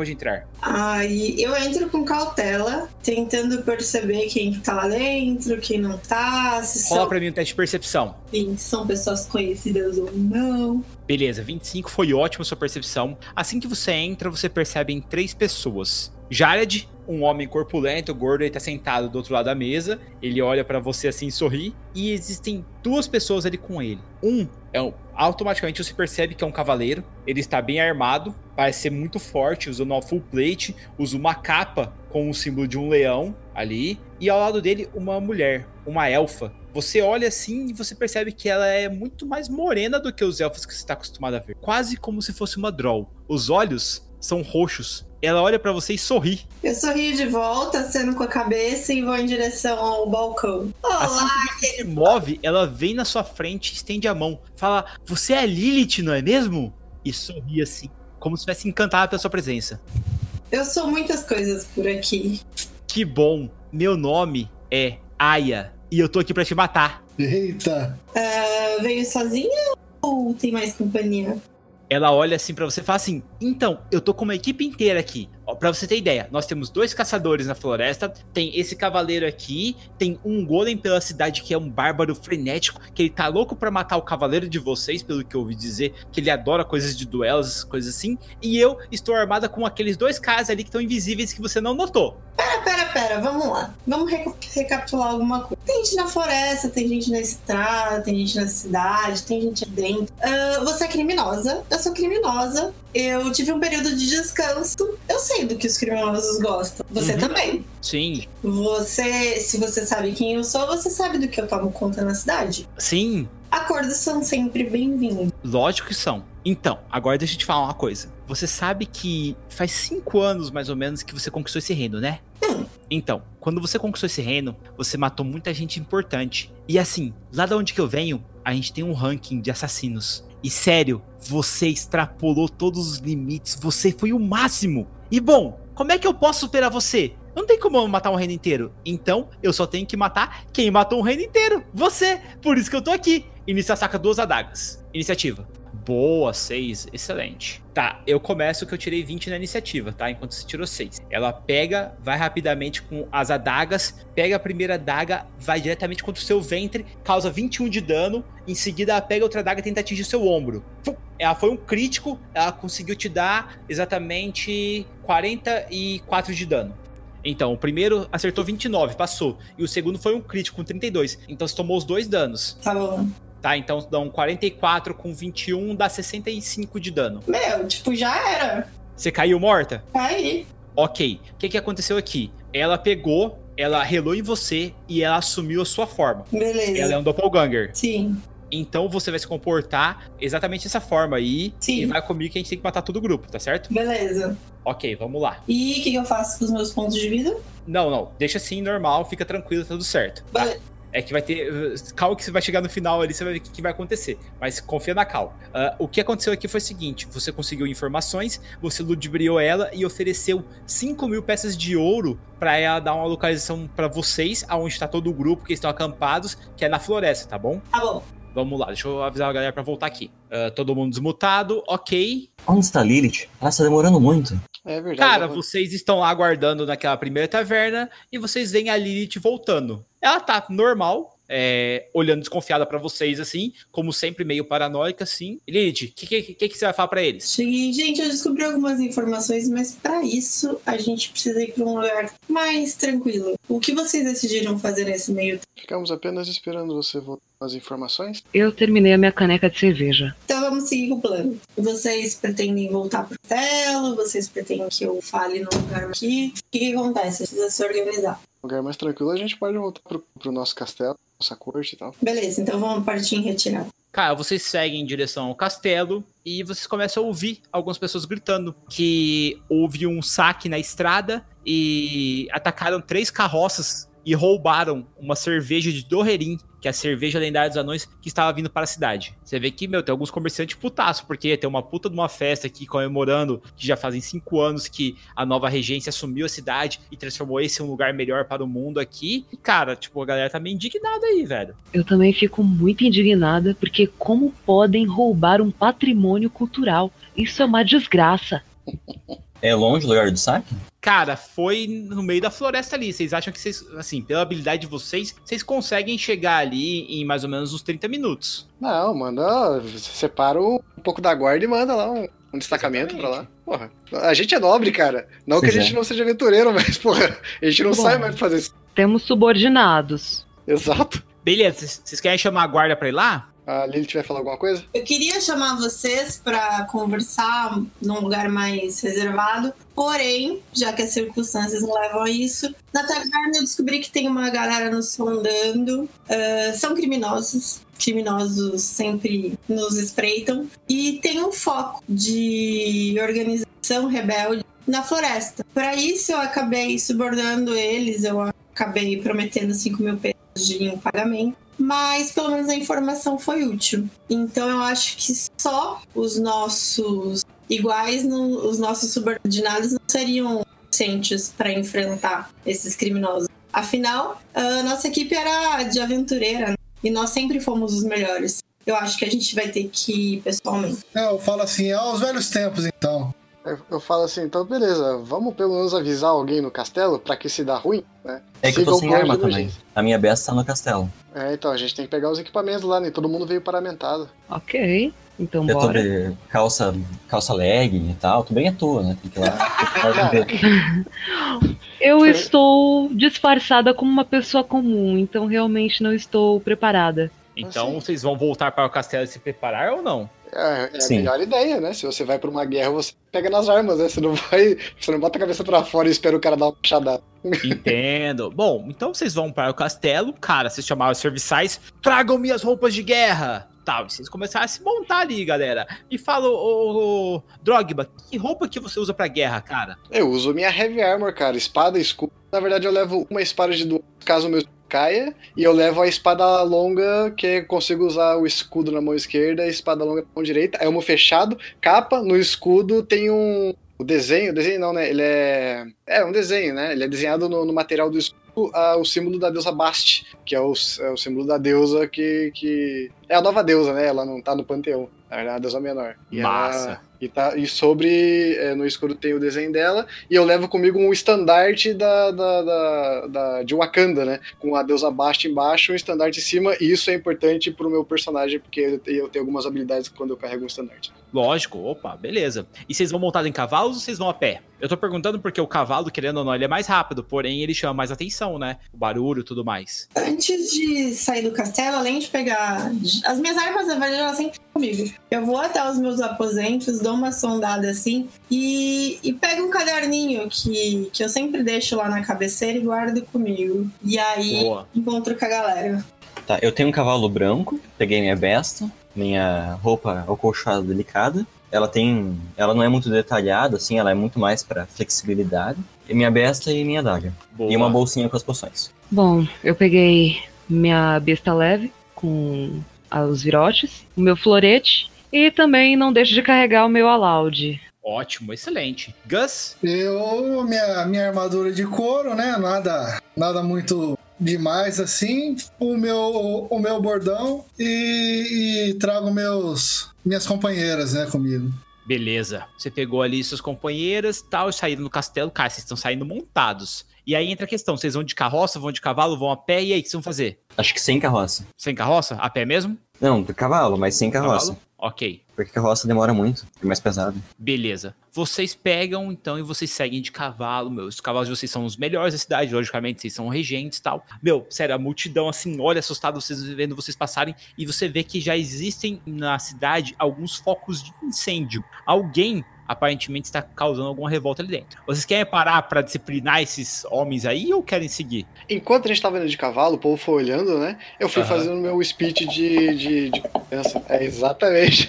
Speaker 5: Aí eu entro com cautela, tentando perceber quem tá lá dentro, quem não tá, se
Speaker 3: Rola pra mim um teste de percepção.
Speaker 5: Sim, são pessoas conhecidas ou não.
Speaker 3: Beleza, 25 foi ótimo a sua percepção. Assim que você entra, você percebe em 3 pessoas. Jared, um homem corpulento, gordo, ele tá sentado do outro lado da mesa. Ele olha pra você assim e sorri. E existem 2 pessoas ali com ele. Automaticamente você percebe que é um cavaleiro. Ele está bem armado, parece ser muito forte, usando uma full plate, usa uma capa com o símbolo de um leão ali. E ao lado dele, uma mulher, uma elfa. Você olha assim e você percebe que ela é muito mais morena do que os elfos que você está acostumado a ver. Quase como se fosse uma droll. Os olhos são roxos. Ela olha pra você e sorri.
Speaker 5: Eu sorrio de volta, aceno com a cabeça e vou em direção ao balcão. Olá,
Speaker 3: assim que você se move, ela vem na sua frente e estende a mão. Fala, você é Lilith, não é mesmo? E sorri assim, como se estivesse encantada pela sua presença.
Speaker 5: Eu sou muitas coisas por aqui.
Speaker 3: Que bom. Meu nome é Aya e eu tô aqui pra te matar.
Speaker 4: Eita!
Speaker 5: Veio sozinha ou tem mais companhia?
Speaker 3: Ela olha assim pra você e fala assim, então, eu tô com uma equipe inteira aqui. Ó, pra você ter ideia, nós temos 2 caçadores na floresta, tem esse cavaleiro aqui, tem um golem pela cidade que é um bárbaro frenético, que ele tá louco pra matar o cavaleiro de vocês, pelo que eu ouvi dizer, que ele adora coisas de duelos, coisas assim, e eu estou armada com aqueles 2 caras ali que estão invisíveis que você não notou.
Speaker 5: Pera, vamos lá. Vamos recapitular alguma coisa. Tem gente na floresta, tem gente na estrada, tem gente na cidade, tem gente dentro. Você é criminosa, eu sou criminosa. Eu tive um período de descanso. Eu sei do que os criminosos gostam. Você também.
Speaker 3: Sim.
Speaker 5: Se você sabe quem eu sou, você sabe do que eu tomo conta na cidade.
Speaker 3: Sim.
Speaker 5: Acordos são sempre bem-vindos.
Speaker 3: Lógico que são. Então, agora deixa eu te falar uma coisa. Você sabe que faz 5 anos, mais ou menos, que você conquistou esse reino, né? Então, quando você conquistou esse reino, você matou muita gente importante. E assim, lá de onde que eu venho, a gente tem um ranking de assassinos. E sério, você extrapolou todos os limites, você foi o máximo. E bom, como é que eu posso superar você? Não tem como eu matar um reino inteiro. Então, eu só tenho que matar quem matou um reino inteiro. Você. Por isso que eu tô aqui. Iniciar saca 2 adagas. Iniciativa. Boa, 6. Excelente. Tá, eu começo que eu tirei 20 na iniciativa, tá? Enquanto você tirou 6. Ela pega, vai rapidamente com as adagas, pega a primeira adaga, vai diretamente contra o seu ventre, causa 21 de dano. Em seguida, ela pega outra adaga e tenta atingir o seu ombro. Ela foi um crítico, ela conseguiu te dar exatamente 44 de dano. Então, o primeiro acertou 29, passou. E o segundo foi um crítico com 32. Então, você tomou os 2 danos.
Speaker 5: Tá bom.
Speaker 3: Tá, então dão 44 com 21, dá 65 de dano.
Speaker 5: Meu, tipo, já era.
Speaker 3: Você caiu morta?
Speaker 5: Caí.
Speaker 3: Ok. O que aconteceu aqui? Ela pegou, ela relou em você e ela assumiu a sua forma.
Speaker 5: Beleza.
Speaker 3: Ela é um doppelganger.
Speaker 5: Sim.
Speaker 3: Então você vai se comportar exatamente dessa forma aí.
Speaker 5: Sim.
Speaker 3: E vai comigo que a gente tem que matar todo o grupo, tá certo?
Speaker 5: Beleza.
Speaker 3: Ok, vamos lá.
Speaker 5: E o que eu faço com os meus pontos de vida?
Speaker 3: Não. Deixa assim, normal, fica tranquilo, tá tudo certo. Tá? É que vai ter... Cal, que você vai chegar no final ali, você vai ver o que vai acontecer. Mas confia na Cal. O que aconteceu aqui foi o seguinte. Você conseguiu informações, você ludibriou ela e ofereceu 5.000 peças de ouro pra ela dar uma localização pra vocês, aonde tá todo o grupo, que estão acampados, que é na floresta, tá bom?
Speaker 5: Tá bom.
Speaker 3: Vamos lá, deixa eu avisar a galera pra voltar aqui. Todo mundo desmutado, ok.
Speaker 6: Onde está a Lilith? Ela está demorando muito.
Speaker 1: É verdade.
Speaker 3: Cara, vocês estão lá aguardando naquela primeira taverna e vocês veem a Lilith voltando. Ela tá normal, olhando desconfiada pra vocês, assim, como sempre, meio paranoica, assim. Lilith, o que você vai falar pra eles?
Speaker 5: Cheguei, gente, eu descobri algumas informações, mas pra isso a gente precisa ir pra um lugar mais tranquilo. O que vocês decidiram fazer nesse meio tempo?
Speaker 1: Ficamos apenas esperando você voltar com as informações.
Speaker 7: Eu terminei a minha caneca de cerveja.
Speaker 5: Então vamos seguir com o plano. Vocês pretendem voltar pro castelo? Vocês pretendem que eu fale num lugar aqui? O que acontece? Precisa se organizar.
Speaker 1: Um lugar mais tranquilo, a gente pode voltar pro nosso castelo, nossa corte e tal.
Speaker 5: Beleza, então vamos partir em retirada.
Speaker 3: Cara, vocês seguem em direção ao castelo e vocês começam a ouvir algumas pessoas gritando que houve um saque na estrada e atacaram 3 carroças e roubaram uma cerveja de Doherin, que é a cerveja lendária dos anões, que estava vindo para a cidade. Você vê que, tem alguns comerciantes putaço, porque tem uma puta de uma festa aqui comemorando que já fazem 5 anos que a nova regência assumiu a cidade e transformou esse em um lugar melhor para o mundo aqui. E, cara, a galera tá meio indignada aí, velho.
Speaker 7: Eu também fico muito indignada, porque como podem roubar um patrimônio cultural? Isso é uma desgraça.
Speaker 6: É longe o lugar do saque?
Speaker 3: Cara, foi no meio da floresta ali. Vocês acham que vocês, assim, pela habilidade de vocês conseguem chegar ali em mais ou menos uns 30 minutos.
Speaker 1: Não, manda. Separa um pouco da guarda e manda lá um destacamento pra lá. Porra, a gente é nobre, cara. Não que a gente não seja aventureiro, mas, porra, a gente não sabe mais fazer isso.
Speaker 7: Temos subordinados.
Speaker 1: Exato.
Speaker 3: Beleza, vocês querem chamar a guarda pra ir lá?
Speaker 1: A Lilith vai falar alguma coisa?
Speaker 5: Eu queria chamar vocês pra conversar num lugar mais reservado, porém, já que as circunstâncias não levam a isso, na taverna eu descobri que tem uma galera nos sondando, são criminosos sempre nos espreitam, e tem um foco de organização rebelde na floresta. Para isso eu acabei subornando eles, eu acabei prometendo 5.000 pesos de um pagamento, mas pelo menos a informação foi útil. Então eu acho que só os nossos iguais, os nossos subordinados não seriam suficientes para enfrentar esses criminosos. Afinal, a nossa equipe era de aventureira, né? E nós sempre fomos os melhores. Eu acho que a gente vai ter que ir pessoalmente.
Speaker 4: Eu falo assim, aos velhos tempos então.
Speaker 1: Eu falo assim, então beleza, vamos pelo menos avisar alguém no castelo pra que se dá ruim, né?
Speaker 6: É que eu tô sem arma também. A minha besta tá no castelo.
Speaker 1: Então a gente tem que pegar os equipamentos lá, nem todo mundo veio paramentado.
Speaker 7: Ok, então
Speaker 6: Eu tô
Speaker 7: bora.
Speaker 6: de calça legging e tal, tudo bem à toa, né? Tem que ir lá.
Speaker 7: Eu estou disfarçada como uma pessoa comum, então realmente não estou preparada.
Speaker 3: Então
Speaker 1: Assim.
Speaker 3: vocês vão voltar para o castelo e se preparar ou não?
Speaker 1: É a
Speaker 6: Sim.
Speaker 1: melhor ideia, né? Se você vai pra uma guerra, você pega nas armas, né? Você não bota a cabeça pra fora e espera o cara dar uma puxada.
Speaker 3: Entendo. Bom, então vocês vão para o castelo. Cara, vocês chamaram os serviçais. Tragam minhas roupas de guerra. Tal, vocês começaram a se montar ali, galera. Me fala, ô Drogba, que roupa que você usa pra guerra, cara?
Speaker 1: Eu uso minha heavy armor, cara. Espada, escudo. Na verdade, eu levo uma espada de 2, caso o meu caia. E eu levo a espada longa, que eu consigo usar o escudo na mão esquerda e a espada longa na mão direita. É um fechado. Capa, no escudo tem um... O desenho não, né? Ele é um desenho, né? Ele é desenhado no material do escudo, o símbolo da deusa Bast, que é o símbolo da deusa que... É a nova deusa, né? Ela não tá no panteão. Na verdade, é a deusa menor. E
Speaker 3: Massa.
Speaker 1: E sobre... no escudo tem o desenho dela. E eu levo comigo um estandarte de Wakanda, né? Com a deusa Bast embaixo e um estandarte em cima. E isso é importante pro meu personagem, porque eu tenho algumas habilidades quando eu carrego um estandarte.
Speaker 3: Lógico, opa, beleza. E vocês vão montados em cavalos ou vocês vão a pé? Eu tô perguntando porque o cavalo, querendo ou não, ele é mais rápido, porém ele chama mais atenção, né? O barulho e tudo mais.
Speaker 5: Antes de sair do castelo, além de pegar... As minhas armas, na verdade, elas sempre estão comigo. Eu vou até os meus aposentos, dou uma sondada assim e pego um caderninho que eu sempre deixo lá na cabeceira e guardo comigo. E aí,
Speaker 3: Boa.
Speaker 5: encontro com a galera.
Speaker 6: Tá, eu tenho um cavalo branco, peguei minha besta, minha roupa acolchoada delicada. Ela não é muito detalhada, assim, ela é muito mais pra flexibilidade. E minha besta e minha adaga.
Speaker 3: Boa.
Speaker 6: E uma bolsinha com as poções.
Speaker 7: Bom, eu peguei minha besta leve com os virotes, o meu florete e também não deixo de carregar o meu alaude.
Speaker 3: Ótimo, excelente. Gus?
Speaker 4: Minha armadura de couro, né? Nada muito demais assim. O meu bordão e trago minhas companheiras, né, comigo.
Speaker 3: Beleza. Você pegou ali suas companheiras tal, e saíram no castelo. Cara, vocês estão saindo montados. E aí entra a questão, vocês vão de carroça, vão de cavalo, vão a pé, e aí, o que vocês vão fazer?
Speaker 6: Acho que sem carroça.
Speaker 3: Sem carroça? A pé mesmo?
Speaker 6: Não, de cavalo, mas sem carroça.
Speaker 3: Cavalo? Ok.
Speaker 6: Porque carroça demora muito, é mais pesado.
Speaker 3: Beleza. Vocês pegam, então, e vocês seguem de cavalo, meu. Os cavalos de vocês são os melhores da cidade, logicamente, vocês são regentes e tal. Meu, sério, a multidão, assim, olha assustado vocês vendo vocês passarem, e você vê que já existem na cidade alguns focos de incêndio. Alguém aparentemente está causando alguma revolta ali dentro. Vocês querem parar pra disciplinar esses homens aí ou querem seguir?
Speaker 1: Enquanto a gente tava indo de cavalo, o povo foi olhando, né? Eu fui fazendo meu speech de exatamente.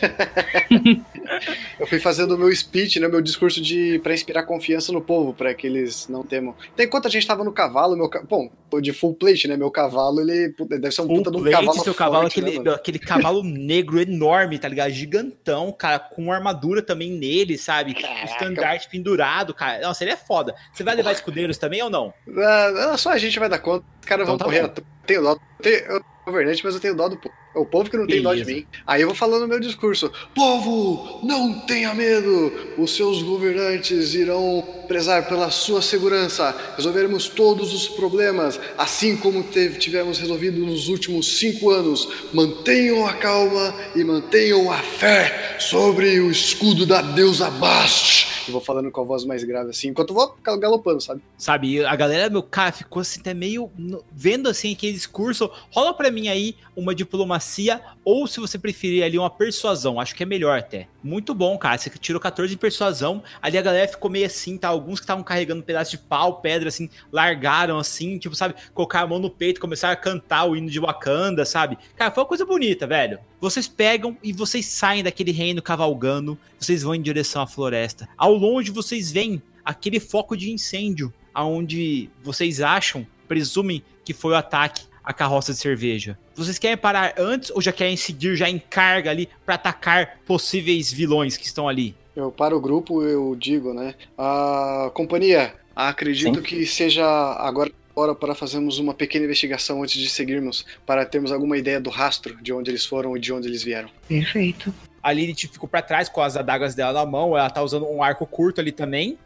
Speaker 1: Eu fui fazendo o meu speech, né? Meu discurso pra inspirar confiança no povo, pra que eles não temam. Então, enquanto a gente tava no cavalo, bom, de full plate, né? Meu cavalo, ele deve ser um puta de um cavalo
Speaker 3: seu
Speaker 1: forte,
Speaker 3: cavalo,
Speaker 1: né,
Speaker 3: aquele cavalo negro enorme, tá ligado? Gigantão, cara, com armadura também nele, sabe?
Speaker 1: Caraca.
Speaker 3: Estandarte pendurado, cara. Nossa, ele é foda. Você vai levar escudeiros também ou não?
Speaker 1: Só a gente vai dar conta. Os caras vão
Speaker 3: Então tá
Speaker 1: correr.
Speaker 3: bom.
Speaker 1: Eu tenho dó. Eu sou governante, mas eu tenho dó do povo. É o povo que não tem dó de
Speaker 3: Beleza.
Speaker 1: mim. Aí eu vou falando no meu discurso. Povo, não tenha medo. Os seus governantes irão prezar pela sua segurança. Resolveremos todos os problemas, assim como tivemos resolvido nos últimos 5 anos. Mantenham a calma e mantenham a fé sobre o escudo da deusa Bast. E vou falando com a voz mais grave assim, enquanto eu vou galopando, sabe?
Speaker 3: Sabe, a galera, meu cara, ficou assim até meio vendo assim aquele discurso. Rola pra mim aí uma diplomacia ou, se você preferir ali, uma persuasão. Acho que é melhor até. Muito bom, cara. Você tirou 14 em persuasão. Ali a galera ficou meio assim, tá? Alguns que estavam carregando um pedaço de pau, pedra, assim, largaram assim, tipo, sabe? Colocaram a mão no peito, começaram a cantar o hino de Wakanda, sabe? Cara, foi uma coisa bonita, velho. Vocês pegam e vocês saem daquele reino cavalgando. Vocês vão em direção à floresta. Ao longe vocês veem aquele foco de incêndio, aonde vocês acham, presumem que foi o ataque à carroça de cerveja. Vocês querem parar antes ou já querem seguir já em carga ali para atacar possíveis vilões que estão ali?
Speaker 1: Eu para o grupo, eu digo, né? A companhia, acredito
Speaker 6: Sim.
Speaker 1: que seja agora hora para fazermos uma pequena investigação antes de seguirmos, para termos alguma ideia do rastro de onde eles foram e de onde eles vieram.
Speaker 7: Perfeito.
Speaker 3: A Lilith ficou pra trás com as adagas dela na mão, ela tá usando um arco curto ali também.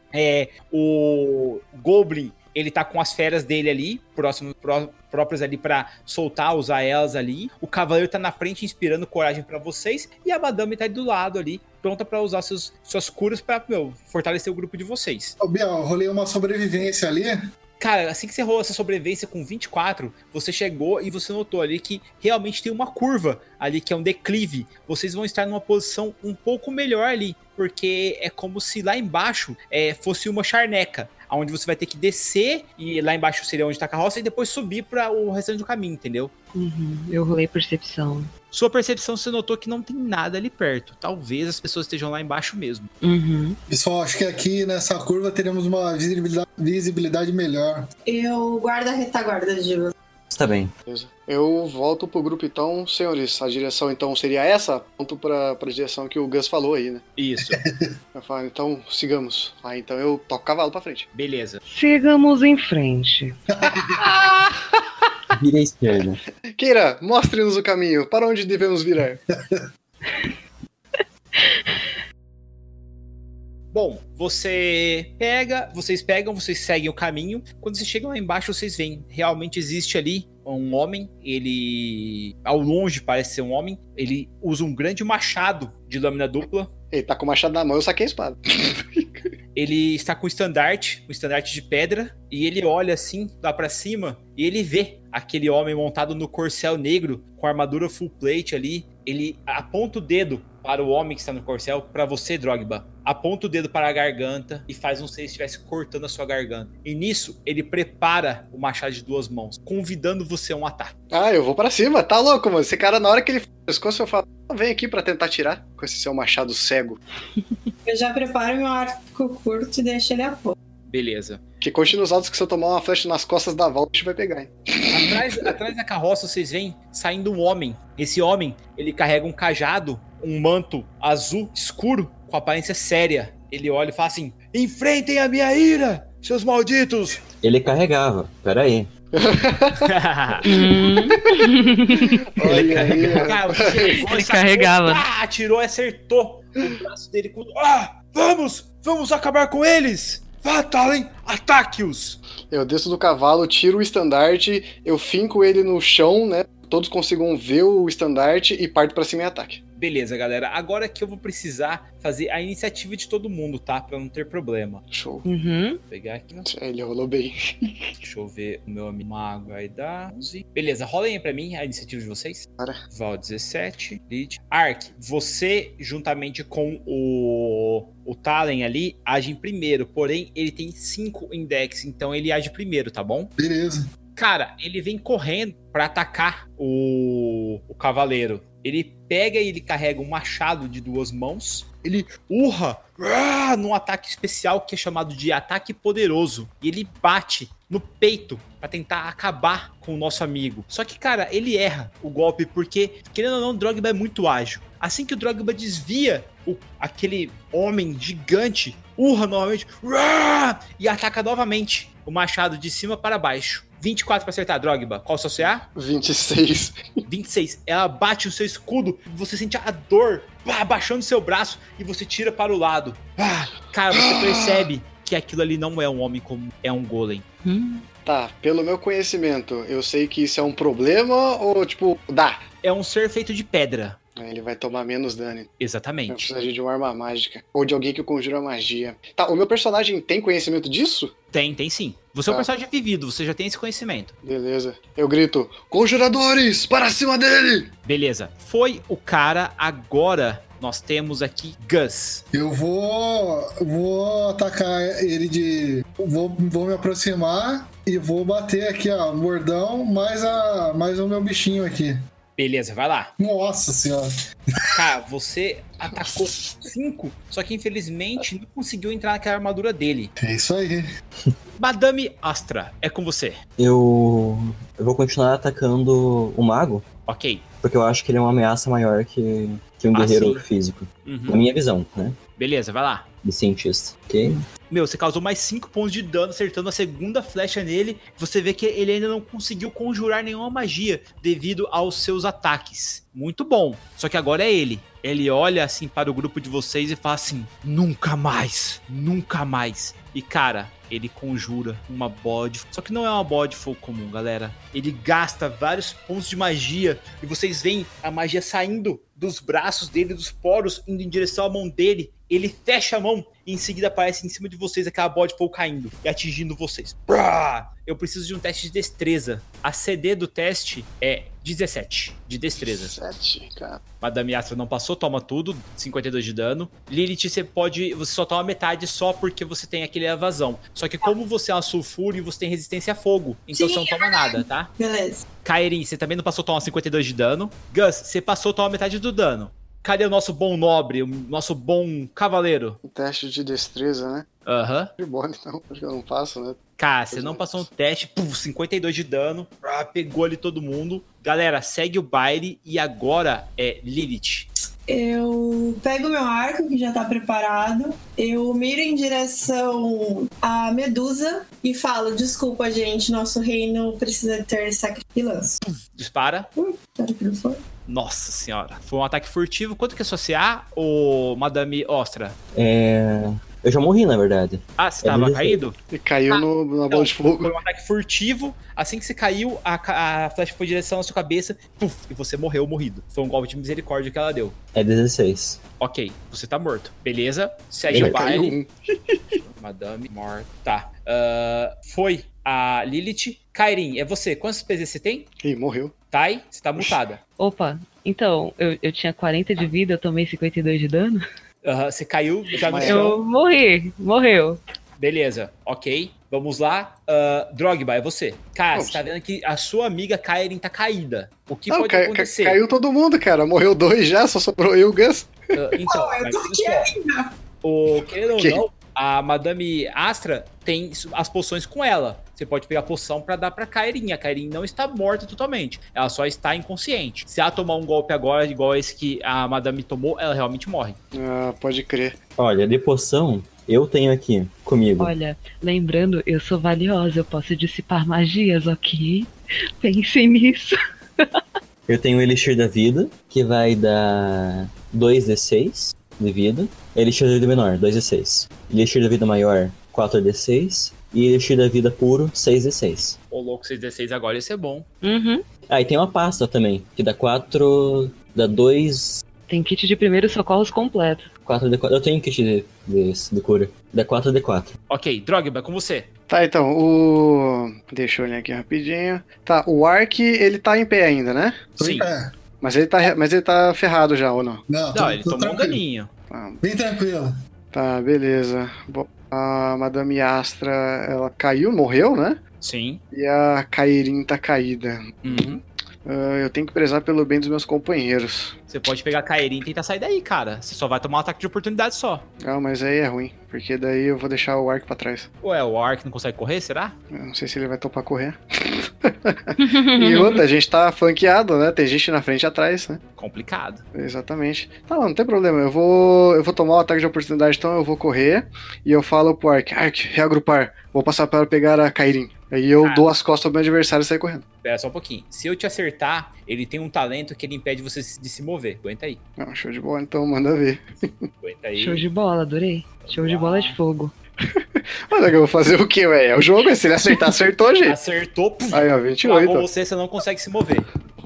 Speaker 3: O Goblin, ele tá com as feras dele ali, próprias ali pra soltar, usar elas ali. O Cavaleiro tá na frente, inspirando coragem pra vocês. E a Madame tá do lado ali, pronta pra usar suas curas pra, fortalecer o grupo de vocês.
Speaker 4: Ô, Biel, eu rolei uma sobrevivência ali.
Speaker 3: Cara, assim que você rolou essa sobrevivência com 24, você chegou e você notou ali que realmente tem uma curva ali, que é um declive. Vocês vão estar numa posição um pouco melhor ali, porque é como se lá embaixo fosse uma charneca, onde você vai ter que descer, e lá embaixo seria onde tá a carroça, e depois subir para o restante do caminho, entendeu?
Speaker 7: Eu rolei percepção.
Speaker 3: Sua percepção, você notou que não tem nada ali perto. Talvez as pessoas estejam lá embaixo mesmo.
Speaker 4: Pessoal, acho que aqui nessa curva teremos uma visibilidade melhor.
Speaker 5: Eu guardo a retaguarda de você.
Speaker 6: Está bem.
Speaker 1: Beleza. Eu volto pro grupo então, senhores. A direção então seria essa? Ponto pra direção que o Gus falou aí, né?
Speaker 3: Isso.
Speaker 1: Eu falo, então sigamos. Aí então eu toco o cavalo pra frente.
Speaker 3: Beleza.
Speaker 7: Sigamos em frente.
Speaker 6: Vira à esquerda.
Speaker 1: Keira, mostre-nos o caminho. Para onde devemos virar?
Speaker 3: Bom, vocês seguem o caminho. Quando vocês chegam lá embaixo, vocês veem, realmente existe ali um homem. Ele, ao longe, parece ser um homem. Ele usa um grande machado de lâmina dupla.
Speaker 1: Ele tá com o machado na mão, eu saquei a espada.
Speaker 3: Ele está com um estandarte de pedra, e ele olha assim, lá pra cima, e ele vê aquele homem montado no corcel negro, com armadura full plate ali. Ele aponta o dedo para o homem que está no corcel, para você, Drogba. Aponta o dedo para a garganta e faz como se ele estivesse cortando a sua garganta. E nisso, ele prepara o machado de 2 mãos, convidando você a um ataque.
Speaker 1: Ah, eu vou pra cima, tá louco, mano. Esse cara, na hora que ele faz o pescoço, eu falo, vem aqui pra tentar tirar com esse seu machado cego.
Speaker 5: Eu já preparo meu arco curto e deixo ele a pôr.
Speaker 3: Beleza.
Speaker 1: Que conte nos autos que se eu tomar uma flecha nas costas da Val, o bicho vai pegar, hein?
Speaker 3: Atrás da carroça vocês veem saindo um homem. Esse homem, ele carrega um cajado, um manto azul escuro, com aparência séria. Ele olha e fala assim: enfrentem a minha ira, seus malditos!
Speaker 6: Ele carregava, peraí.
Speaker 1: Olha aí,
Speaker 3: Cara,
Speaker 7: Ele carregava.
Speaker 3: Atirou e acertou o braço dele com... Vamos acabar com eles! Batalhem, ataque-os!
Speaker 1: Eu desço do cavalo, tiro o estandarte, eu finco ele no chão, né? Todos consigam ver o estandarte e parto pra cima em ataque.
Speaker 3: Beleza, galera. Agora que eu vou precisar fazer a iniciativa de todo mundo, tá? Pra não ter problema.
Speaker 1: Show.
Speaker 3: Vou pegar aqui.
Speaker 1: Ele rolou bem.
Speaker 3: Deixa eu ver o meu amigo mago. Vai dar 11. Beleza, rolem aí pra mim a iniciativa de vocês.
Speaker 1: Bora.
Speaker 3: Val 17. Lid. Ark, você, juntamente com o Talen ali, age em primeiro. Porém, ele tem 5 index, então ele age primeiro, tá bom?
Speaker 4: Beleza.
Speaker 3: Cara, ele vem correndo pra atacar o cavaleiro. Ele pega e ele carrega um machado de 2 mãos. Ele urra num ataque especial que é chamado de ataque poderoso. E ele bate no peito pra tentar acabar com o nosso amigo. Só que, cara, ele erra o golpe porque, querendo ou não, o Drogba é muito ágil. Assim que o Drogba desvia aquele homem gigante, urra novamente e ataca novamente o machado de cima para baixo. 24 pra acertar, Drogba. Qual o seu CA?
Speaker 1: 26.
Speaker 3: 26. Ela bate o seu escudo, você sente a dor baixando o seu braço e você tira para o lado. Cara, você percebe que aquilo ali não é um homem comum, é um golem.
Speaker 1: Tá, pelo meu conhecimento, eu sei que isso é um problema ou, tipo, dá?
Speaker 3: É um ser feito de pedra.
Speaker 1: Ele vai tomar menos dano. Eu
Speaker 3: Exatamente.
Speaker 1: precisaria de uma arma mágica. Ou de alguém que conjura magia. Tá, o meu personagem tem conhecimento disso?
Speaker 3: Tem sim. Você é um
Speaker 1: Tá.
Speaker 3: personagem vivido, você já tem esse conhecimento.
Speaker 1: Beleza. Eu grito: conjuradores, para cima dele!
Speaker 3: Beleza. Foi o cara, agora nós temos aqui Gus.
Speaker 4: Eu vou atacar ele de... Vou me aproximar e vou bater aqui, ó, mordão, mais o meu bichinho aqui.
Speaker 3: Beleza, vai lá.
Speaker 4: Nossa senhora.
Speaker 3: Cara, você atacou 5, só que infelizmente não conseguiu entrar naquela armadura dele.
Speaker 4: É isso aí.
Speaker 3: Madame Astra, é com você.
Speaker 6: Eu vou continuar atacando o mago,
Speaker 3: Ok.
Speaker 6: porque eu acho que ele é uma ameaça maior que um guerreiro
Speaker 3: sim.
Speaker 6: físico.
Speaker 3: Uhum.
Speaker 6: Na minha visão, né?
Speaker 3: Beleza, vai lá.
Speaker 6: De cientista, ok?
Speaker 3: Meu, você causou mais 5 pontos de dano, acertando a segunda flecha nele. Você vê que ele ainda não conseguiu conjurar nenhuma magia devido aos seus ataques. Muito bom. Só que agora é ele. Ele olha assim para o grupo de vocês e fala assim: nunca mais, nunca mais. E cara, ele conjura uma bola de... Só que não é uma bola de fogo comum, galera. Ele gasta vários pontos de magia e vocês veem a magia saindo dos braços dele, dos poros, indo em direção à mão dele. Ele fecha a mão e em seguida aparece em cima de vocês aquela bola de fogo caindo e atingindo vocês. Eu preciso de um teste de destreza. A CD do teste é 17 de destreza.
Speaker 1: 7, cara.
Speaker 3: Madame Astra não passou, toma tudo, 52 de dano. Lilith, você só toma metade só porque você tem aquele evasão. Só que como você é uma sulfúrio, você tem resistência a fogo, então
Speaker 5: Sim,
Speaker 3: você não toma nada, tá?
Speaker 5: Beleza.
Speaker 3: Kairin, você também não passou, toma 52 de dano. Gus, você passou, toma metade do dano. Cadê o nosso bom nobre, o nosso bom cavaleiro?
Speaker 1: Um teste de destreza, né?
Speaker 3: Aham.
Speaker 1: De boa, então. Acho que eu não passo, né?
Speaker 3: Cara, você não passou no teste, 52 de dano, pegou ali todo mundo. Galera, segue o baile e agora é Lilith.
Speaker 5: Eu pego meu arco, que já tá preparado. Eu miro em direção à Medusa e falo: desculpa, gente, nosso reino precisa ter sacrifício e lanço.
Speaker 3: Dispara.
Speaker 5: Espero que não foi.
Speaker 3: Nossa senhora, foi um ataque furtivo. Quanto que é sua CA, ô Madame Ostra?
Speaker 6: Eu já morri, na verdade.
Speaker 3: Ah, você tava
Speaker 6: 16.
Speaker 3: caído?
Speaker 1: Ele caiu na bola de fogo.
Speaker 3: Foi um ataque furtivo. Assim que você caiu, a flecha foi em direção à sua cabeça, e você morreu morrido. Foi um golpe de misericórdia que ela deu.
Speaker 6: É 16.
Speaker 3: Ok, você tá morto. Beleza, segue
Speaker 6: Beleza.
Speaker 3: o baile. Madame morta. Tá. Foi a Lilith. Kairin, é você. Quantos PZ você tem?
Speaker 1: Ih, morreu.
Speaker 3: Tai, você tá mutada.
Speaker 7: Opa, então, eu tinha 40 de vida, eu tomei 52 de dano.
Speaker 3: Você caiu já no
Speaker 1: Mas
Speaker 3: chão.
Speaker 7: Eu morreu.
Speaker 3: Beleza, ok. Vamos lá. Drogba, é você. Cara, você tá vendo que a sua amiga Kairin tá caída. O que
Speaker 1: Não,
Speaker 3: pode acontecer?
Speaker 1: caiu todo mundo, cara. Morreu 2 já, só sobrou eu e o Gus.
Speaker 3: Então,
Speaker 5: Eu
Speaker 3: mas
Speaker 5: tô
Speaker 3: olha
Speaker 5: aqui
Speaker 3: só.
Speaker 5: ainda.
Speaker 3: Querendo ou
Speaker 1: Ok.
Speaker 3: não, A Madame Astra tem as poções com ela. Você pode pegar a poção pra dar pra Kairin. A Kairin não está morta totalmente. Ela só está inconsciente. Se ela tomar um golpe agora, igual esse que a Madame tomou, ela realmente morre.
Speaker 1: Ah, pode crer.
Speaker 6: Olha, de poção, eu tenho aqui comigo.
Speaker 7: Olha, lembrando, eu sou valiosa, eu posso dissipar magias, ok? Pensem nisso.
Speaker 6: Eu tenho o Elixir da Vida, que vai dar 2d6 de vida. Elixir da Vida menor, 2d6. Elixir da Vida maior, 4d6. E Elixir da Vida puro, 6d6.
Speaker 3: Ô, louco, 6d6 agora ia ser bom.
Speaker 7: Uhum.
Speaker 6: Ah, e tem uma pasta também, que dá 4... dá 2...
Speaker 7: Tem kit de primeiros socorros completo.
Speaker 6: 4d4. Eu tenho kit de cura. Dá 4d4.
Speaker 3: Ok, Drogba, com você.
Speaker 1: Tá, então, deixa eu olhar aqui rapidinho. Tá, o Ark, ele tá em pé ainda, né?
Speaker 3: Sim.
Speaker 4: É.
Speaker 1: Mas ele tá ferrado já, ou não?
Speaker 4: Não,
Speaker 3: Não, ele tomou um
Speaker 4: tranquilo.
Speaker 3: daninho.
Speaker 4: Bem tranquilo.
Speaker 1: Tá, beleza. Bom, a Madame Astra, ela caiu, morreu, né?
Speaker 3: Sim.
Speaker 1: E a Kairin tá caída.
Speaker 3: Uhum.
Speaker 1: Eu tenho que prezar pelo bem dos meus companheiros.
Speaker 3: Você pode pegar a Kairin e tentar sair daí, cara. Você só vai tomar um ataque de oportunidade só.
Speaker 1: Ah, mas aí é ruim, porque daí eu vou deixar o Ark pra trás.
Speaker 3: Ué, o Ark não consegue correr, será?
Speaker 1: Eu não sei se ele vai topar correr. E outra, a gente tá flanqueado, né? Tem gente na frente e atrás, né?
Speaker 3: Complicado.
Speaker 1: Exatamente. Tá, não tem problema. Eu vou tomar o ataque de oportunidade, então eu vou correr. E eu falo pro Ark, reagrupar. Vou passar para pegar a Kairin. Aí eu dou as costas ao meu adversário e saio correndo.
Speaker 3: Espera só um pouquinho. Se eu te acertar, ele tem um talento que ele impede você de se mover. Aguenta aí.
Speaker 1: Não, show de bola, então manda ver.
Speaker 3: Aguenta aí.
Speaker 7: Show de bola, adorei. Show de bola de fogo.
Speaker 1: Olha, eu vou fazer o quê, velho? É o jogo, se ele acertar, acertou, gente.
Speaker 3: Acertou. Puf,
Speaker 1: Aí, ó, 28.
Speaker 3: clavou você não consegue se mover.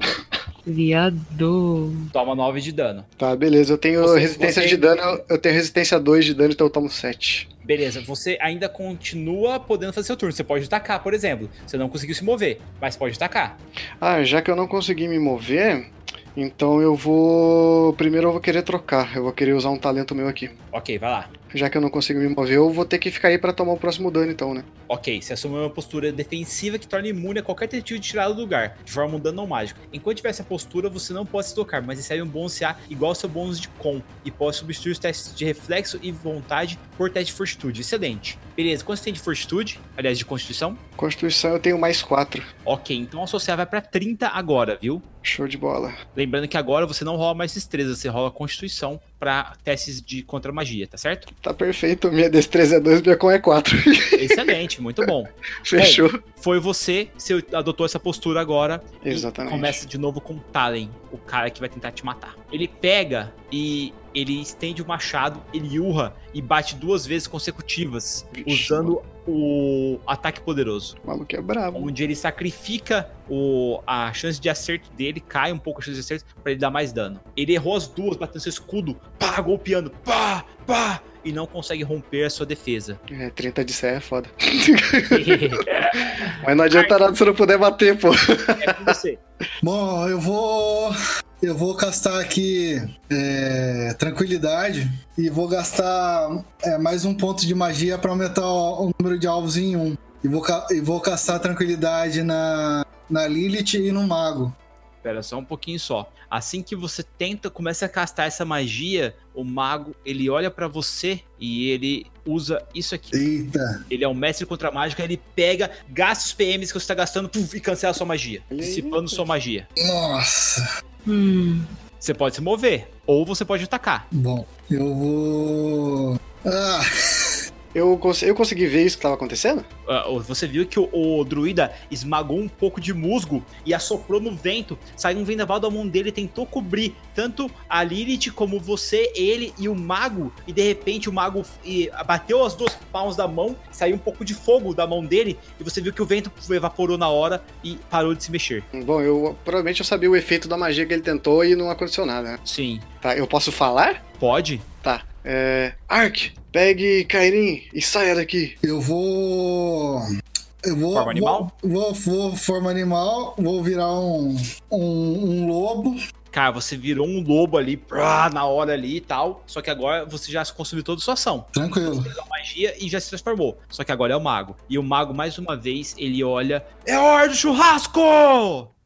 Speaker 7: Viado.
Speaker 3: Toma 9 de dano.
Speaker 1: Tá, beleza. Eu tenho
Speaker 3: Você-
Speaker 1: resistência
Speaker 3: você-
Speaker 1: de dano. Eu tenho resistência 2 de dano, então eu tomo 7.
Speaker 3: Beleza, você ainda continua podendo fazer seu turno. Você pode atacar, por exemplo. Você não conseguiu se mover, mas pode atacar.
Speaker 1: Ah, já que eu não consegui me mover, então eu vou... Primeiro eu vou querer trocar. Eu vou querer usar um talento meu aqui.
Speaker 3: Ok, vai lá.
Speaker 1: Já que eu não consigo me mover, eu vou ter que ficar aí pra tomar o próximo dano, então, né?
Speaker 3: Ok, você assume uma postura defensiva que torna imune a qualquer tentativa de tirá-lo do lugar, de forma um dano não mágico. Enquanto tiver essa postura, você não pode se tocar, mas recebe um bônus CA igual ao seu bônus de com, e pode substituir os testes de reflexo e vontade por teste de fortitude. Excelente. Beleza, quanto você tem de fortitude? Aliás, de constituição?
Speaker 1: Constituição eu tenho mais 4.
Speaker 3: Ok, então a sua CA vai pra 30 agora, viu?
Speaker 1: Show de bola.
Speaker 3: Lembrando que agora você não rola mais destreza, você rola constituição pra testes de contra magia, tá certo?
Speaker 1: Tá perfeito. Minha destreza é 2, minha com é 4.
Speaker 3: Excelente, muito bom.
Speaker 1: Fechou.
Speaker 3: Bom, foi você adotou essa postura agora.
Speaker 1: Exatamente.
Speaker 3: E começa de novo com o Talen, o cara que vai tentar te matar. Ele pega e ele estende o machado, ele urra e bate 2 vezes consecutivas,
Speaker 1: Vixe,
Speaker 3: usando o ataque poderoso.
Speaker 1: O maluco é brabo.
Speaker 3: Onde ele sacrifica a chance de acerto dele, cai um pouco a chance de acerto pra ele dar mais dano. Ele errou as duas, batendo seu escudo, pá, golpeando, pá, pá, e não consegue romper a sua defesa.
Speaker 1: 30 de CE é foda. Mas não adianta nada se não puder bater, pô.
Speaker 3: É com você.
Speaker 4: Bom, eu vou castar aqui tranquilidade e vou gastar mais um ponto de magia para aumentar o número de alvos em 1. E vou castar tranquilidade na Lilith e no Mago.
Speaker 3: Espera só um pouquinho só. Assim que você começa a castar essa magia, o mago, ele olha pra você e ele usa isso aqui.
Speaker 4: Eita.
Speaker 3: Ele é um mestre contra a mágica, ele pega, gasta os PMs que você tá gastando e cancela a sua magia. Dissipando sua magia.
Speaker 4: Nossa.
Speaker 3: Você pode se mover, ou você pode atacar.
Speaker 4: Bom, eu vou...
Speaker 1: Eu consegui ver isso que tava acontecendo?
Speaker 3: Você viu que o druida esmagou um pouco de musgo e assoprou no vento. Saiu um vendaval da mão dele e tentou cobrir tanto a Lilith como você, ele e o mago. E de repente o mago bateu as 2 palmas da mão, saiu um pouco de fogo da mão dele. E você viu que o vento evaporou na hora e parou de se mexer.
Speaker 1: Bom, provavelmente eu sabia o efeito da magia que ele tentou e não aconteceu nada, né?
Speaker 3: Sim.
Speaker 1: Tá, eu posso falar?
Speaker 3: Pode?
Speaker 1: Tá. Ark, pegue Kairin e saia daqui.
Speaker 4: Eu vou...
Speaker 3: Forma animal?
Speaker 4: Vou forma animal, vou virar um lobo.
Speaker 3: Cara, você virou um lobo ali, na hora ali e tal. Só que agora você já consumiu toda a sua ação.
Speaker 4: Tranquilo.
Speaker 3: Você fez a magia e já se transformou. Só que agora é o mago. E o mago, mais uma vez, ele olha... É hora do churrasco!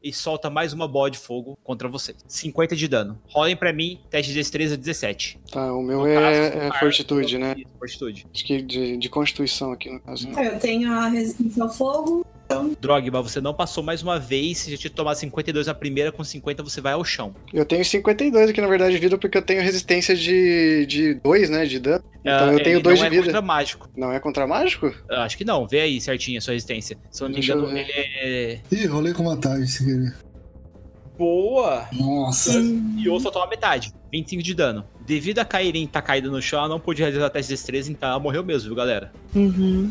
Speaker 3: e solta mais uma bola de fogo contra vocês. 50 de dano. Rolem pra mim, teste de destreza 17.
Speaker 8: Tá, o meu
Speaker 3: No caso,
Speaker 8: é fortitude, né?
Speaker 3: Fortitude.
Speaker 8: Acho que de constituição aqui, no caso. Né?
Speaker 5: Eu tenho a resistência ao fogo.
Speaker 3: Drogba, você não passou mais uma vez. Se já tinha tomado 52 na primeira, com 50 você vai ao chão.
Speaker 8: Eu tenho 52 aqui, na verdade, de vida, porque eu tenho resistência de 2, né, de dano. Então eu tenho 2 de vida.
Speaker 3: Não é contra mágico.
Speaker 8: Não é contra mágico?
Speaker 3: Acho que não. Vê aí certinho a sua resistência. Se eu não me
Speaker 8: Deixa eu
Speaker 3: engano,
Speaker 8: ver.
Speaker 3: ele é...
Speaker 4: Ih, rolei com vantagem sem querer.
Speaker 3: Boa!
Speaker 4: Nossa.
Speaker 3: E eu só toma metade. 25 de dano. Devido a Kairin estar caída no chão, ela não pôde realizar teste de destreza, então ela morreu mesmo, viu, galera?
Speaker 7: Uhum.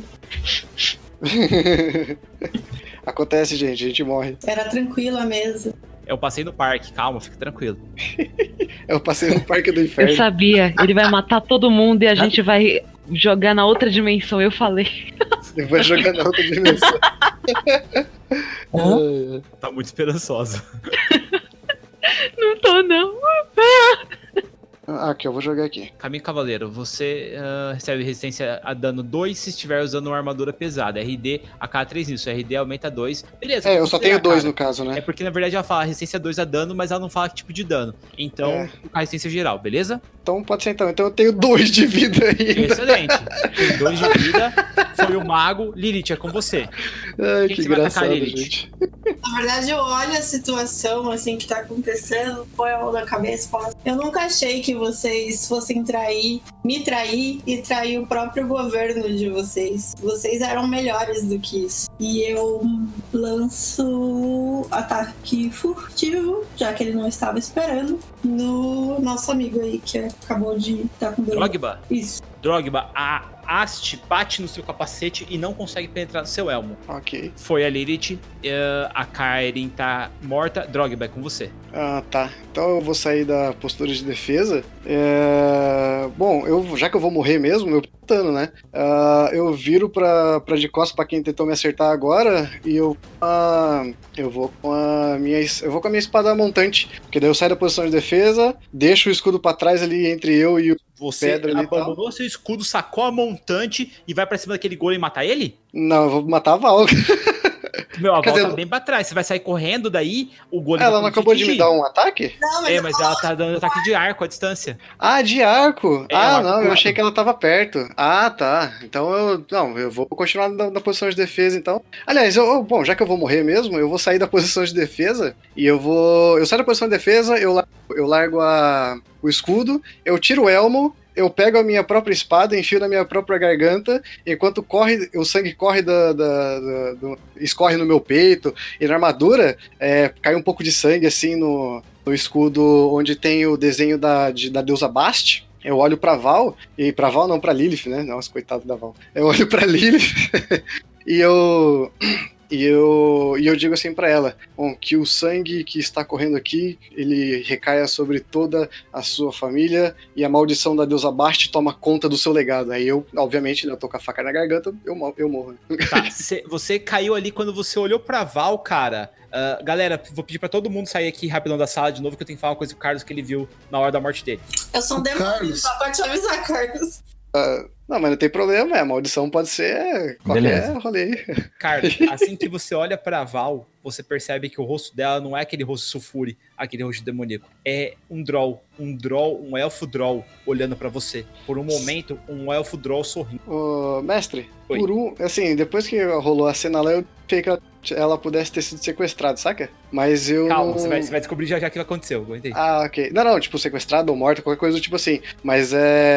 Speaker 8: Acontece, gente, a gente morre.
Speaker 5: Era tranquila mesmo.
Speaker 3: Eu passei no parque, calma, fica tranquilo.
Speaker 8: Eu passei no Parque do
Speaker 7: Eu
Speaker 8: Inferno.
Speaker 7: sabia, ele vai matar todo mundo e a gente vai jogar na outra dimensão, eu falei.
Speaker 8: Eu vou jogar na outra dimensão.
Speaker 3: Tá muito esperançosa.
Speaker 7: Não tô, não.
Speaker 8: Aqui, eu vou jogar aqui.
Speaker 3: Caminho Cavaleiro, você recebe resistência a dano 2 se estiver usando uma armadura pesada. RD a cada 3 nisso. RD aumenta 2. Beleza.
Speaker 8: Eu só tenho
Speaker 3: considerar,
Speaker 8: 2
Speaker 3: cara.
Speaker 8: no caso, né?
Speaker 3: É porque na verdade ela fala resistência 2 a dano, mas ela não fala que tipo de dano. Então, a resistência geral, beleza?
Speaker 8: Então pode ser então. Então eu tenho 2 de vida ainda.
Speaker 3: Excelente. Tem 2 de vida. Foi o mago. Lilith, é com você.
Speaker 8: Ai,
Speaker 3: Quem
Speaker 8: que
Speaker 3: você vai atacar,
Speaker 8: engraçado,
Speaker 3: Lilith?
Speaker 8: gente.
Speaker 5: Na verdade, eu olho a situação, assim, que tá acontecendo, põe a mão na cabeça e falo, eu nunca achei que vocês fossem me trair e trair o próprio governo de vocês. Vocês eram melhores do que isso. E eu lanço ataque furtivo, já que ele não estava esperando, no nosso amigo aí, que acabou de estar com dano.
Speaker 3: Drogba.
Speaker 5: Isso.
Speaker 3: Drogba, a haste bate no seu capacete e não consegue penetrar no seu elmo.
Speaker 8: Ok.
Speaker 3: Foi a Lilith, a Kairin tá morta. Drogba, é com você.
Speaker 8: Ah, tá. Então eu vou sair da postura de defesa. Bom, já que eu vou morrer mesmo, eu tô lutando, né? Eu viro pra de costas pra quem tentou me acertar agora e eu vou com a minha espada montante. Porque daí eu saio da posição de defesa, deixo o escudo pra trás ali entre eu e o
Speaker 3: Você
Speaker 8: pedra ali e tal.
Speaker 3: abandonou seu escudo, sacou a montante e vai pra cima daquele golem matar ele?
Speaker 8: Não, eu vou matar a Val.
Speaker 3: Meu, a
Speaker 8: Quer
Speaker 3: volta
Speaker 8: dizer,
Speaker 3: bem pra trás. Você vai sair correndo daí, o golem
Speaker 8: Ela
Speaker 3: vai
Speaker 8: não
Speaker 3: te
Speaker 8: acabou de me
Speaker 3: atingir.
Speaker 8: dar um ataque?
Speaker 5: Não, mas,
Speaker 3: É, mas ela tá dando ataque de arco à distância.
Speaker 8: Ah, de arco?
Speaker 3: Ela
Speaker 8: Não, eu
Speaker 3: arco.
Speaker 8: achei que ela tava perto. Ah, tá. Então eu vou continuar na posição de defesa, então. Aliás, bom, já que eu vou morrer mesmo, eu vou sair da posição de defesa e eu saio da posição de defesa, eu largo o escudo, eu tiro o elmo, eu pego a minha própria espada, enfio na minha própria garganta, enquanto o sangue corre escorre no meu peito, e na armadura cai um pouco de sangue assim no escudo onde tem o desenho da deusa Bast. Eu olho pra Val, e pra Val não, pra Lilith, né? Nossa, coitado da Val. Eu olho pra Lilith e eu digo assim pra ela, bom, que o sangue que está correndo aqui, ele recaia sobre toda a sua família e a maldição da deusa Bast toma conta do seu legado. Aí eu, obviamente, eu tô com a faca na garganta, eu morro.
Speaker 3: Tá, você caiu ali quando você olhou pra Val, cara. Galera, vou pedir pra todo mundo sair aqui rapidão da sala de novo, que eu tenho que falar uma coisa com o Carlos que ele viu na hora da morte dele.
Speaker 5: eu sou um demônio,
Speaker 4: Carlos.
Speaker 5: só pode te avisar, Carlos.
Speaker 8: Não, mas não tem problema, a maldição pode ser qualquer
Speaker 6: Beleza.
Speaker 8: rolê.
Speaker 3: Carlos, assim que você olha pra Val, você percebe que o rosto dela não é aquele rosto sulfure, aquele rosto demoníaco. É um elfo droll olhando pra você. Por um momento, um elfo droll sorrindo.
Speaker 8: Ô, mestre,
Speaker 3: Oi.
Speaker 8: assim, depois que rolou a cena lá, eu achei que ela pudesse ter sido sequestrada, saca? Mas eu
Speaker 3: Calma,
Speaker 8: não...
Speaker 3: você vai descobrir já o que aconteceu, aguentei.
Speaker 8: Ah, ok. Não, tipo, sequestrada ou morta, qualquer coisa do tipo assim. Mas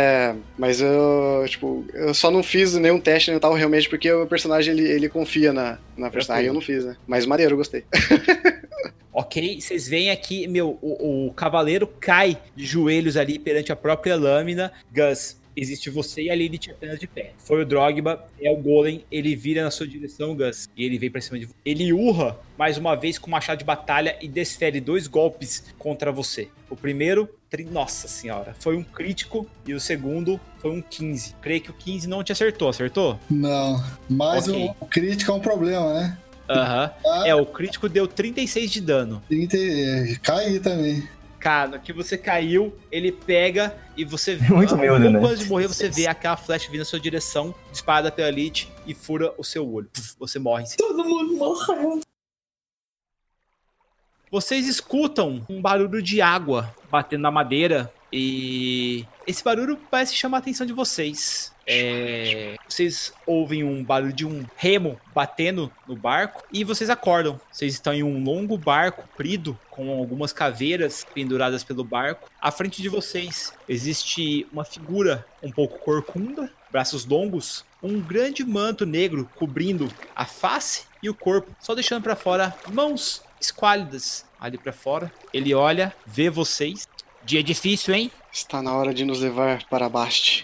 Speaker 8: eu só não fiz nenhum teste nem tal, realmente, porque o personagem, ele confia na personagem, eu não fiz, né? Mas maneiro, eu gostei.
Speaker 3: Ok, vocês veem aqui, o cavaleiro cai de joelhos ali perante a própria lâmina. Gus, existe você e a Lilith apenas de pé. Foi o Drogba, é o Golem, ele vira na sua direção, Gus, e ele vem pra cima de você. Ele urra mais uma vez com o machado de batalha e desfere 2 golpes contra você. O primeiro, nossa senhora, foi um crítico e o segundo foi um 15. Creio que o 15 não te acertou, acertou?
Speaker 4: Não, mas
Speaker 3: Ok.
Speaker 4: o crítico é um problema, né?
Speaker 3: Aham. O crítico deu 36 de dano.
Speaker 4: Caí também.
Speaker 3: Cara, no que você caiu, ele pega e você vê.
Speaker 6: Muito humilde, né?
Speaker 3: Antes de morrer, você vê aquela flecha vindo na sua direção, disparada pela Elite e fura o seu olho. Você morre.
Speaker 5: Todo mundo morreu.
Speaker 3: vocês escutam um barulho de água batendo na madeira e esse barulho parece chamar a atenção de vocês. Vocês ouvem um barulho de um remo batendo no barco e vocês acordam. Vocês estão em um longo barco comprido com algumas caveiras penduradas pelo barco. À frente de vocês existe uma figura um pouco corcunda, braços longos, um grande manto negro cobrindo a face e o corpo, só deixando para fora mãos esquálidas ali para fora. Ele olha, vê vocês. Dia difícil, hein?
Speaker 8: Está na hora de nos levar para Bast.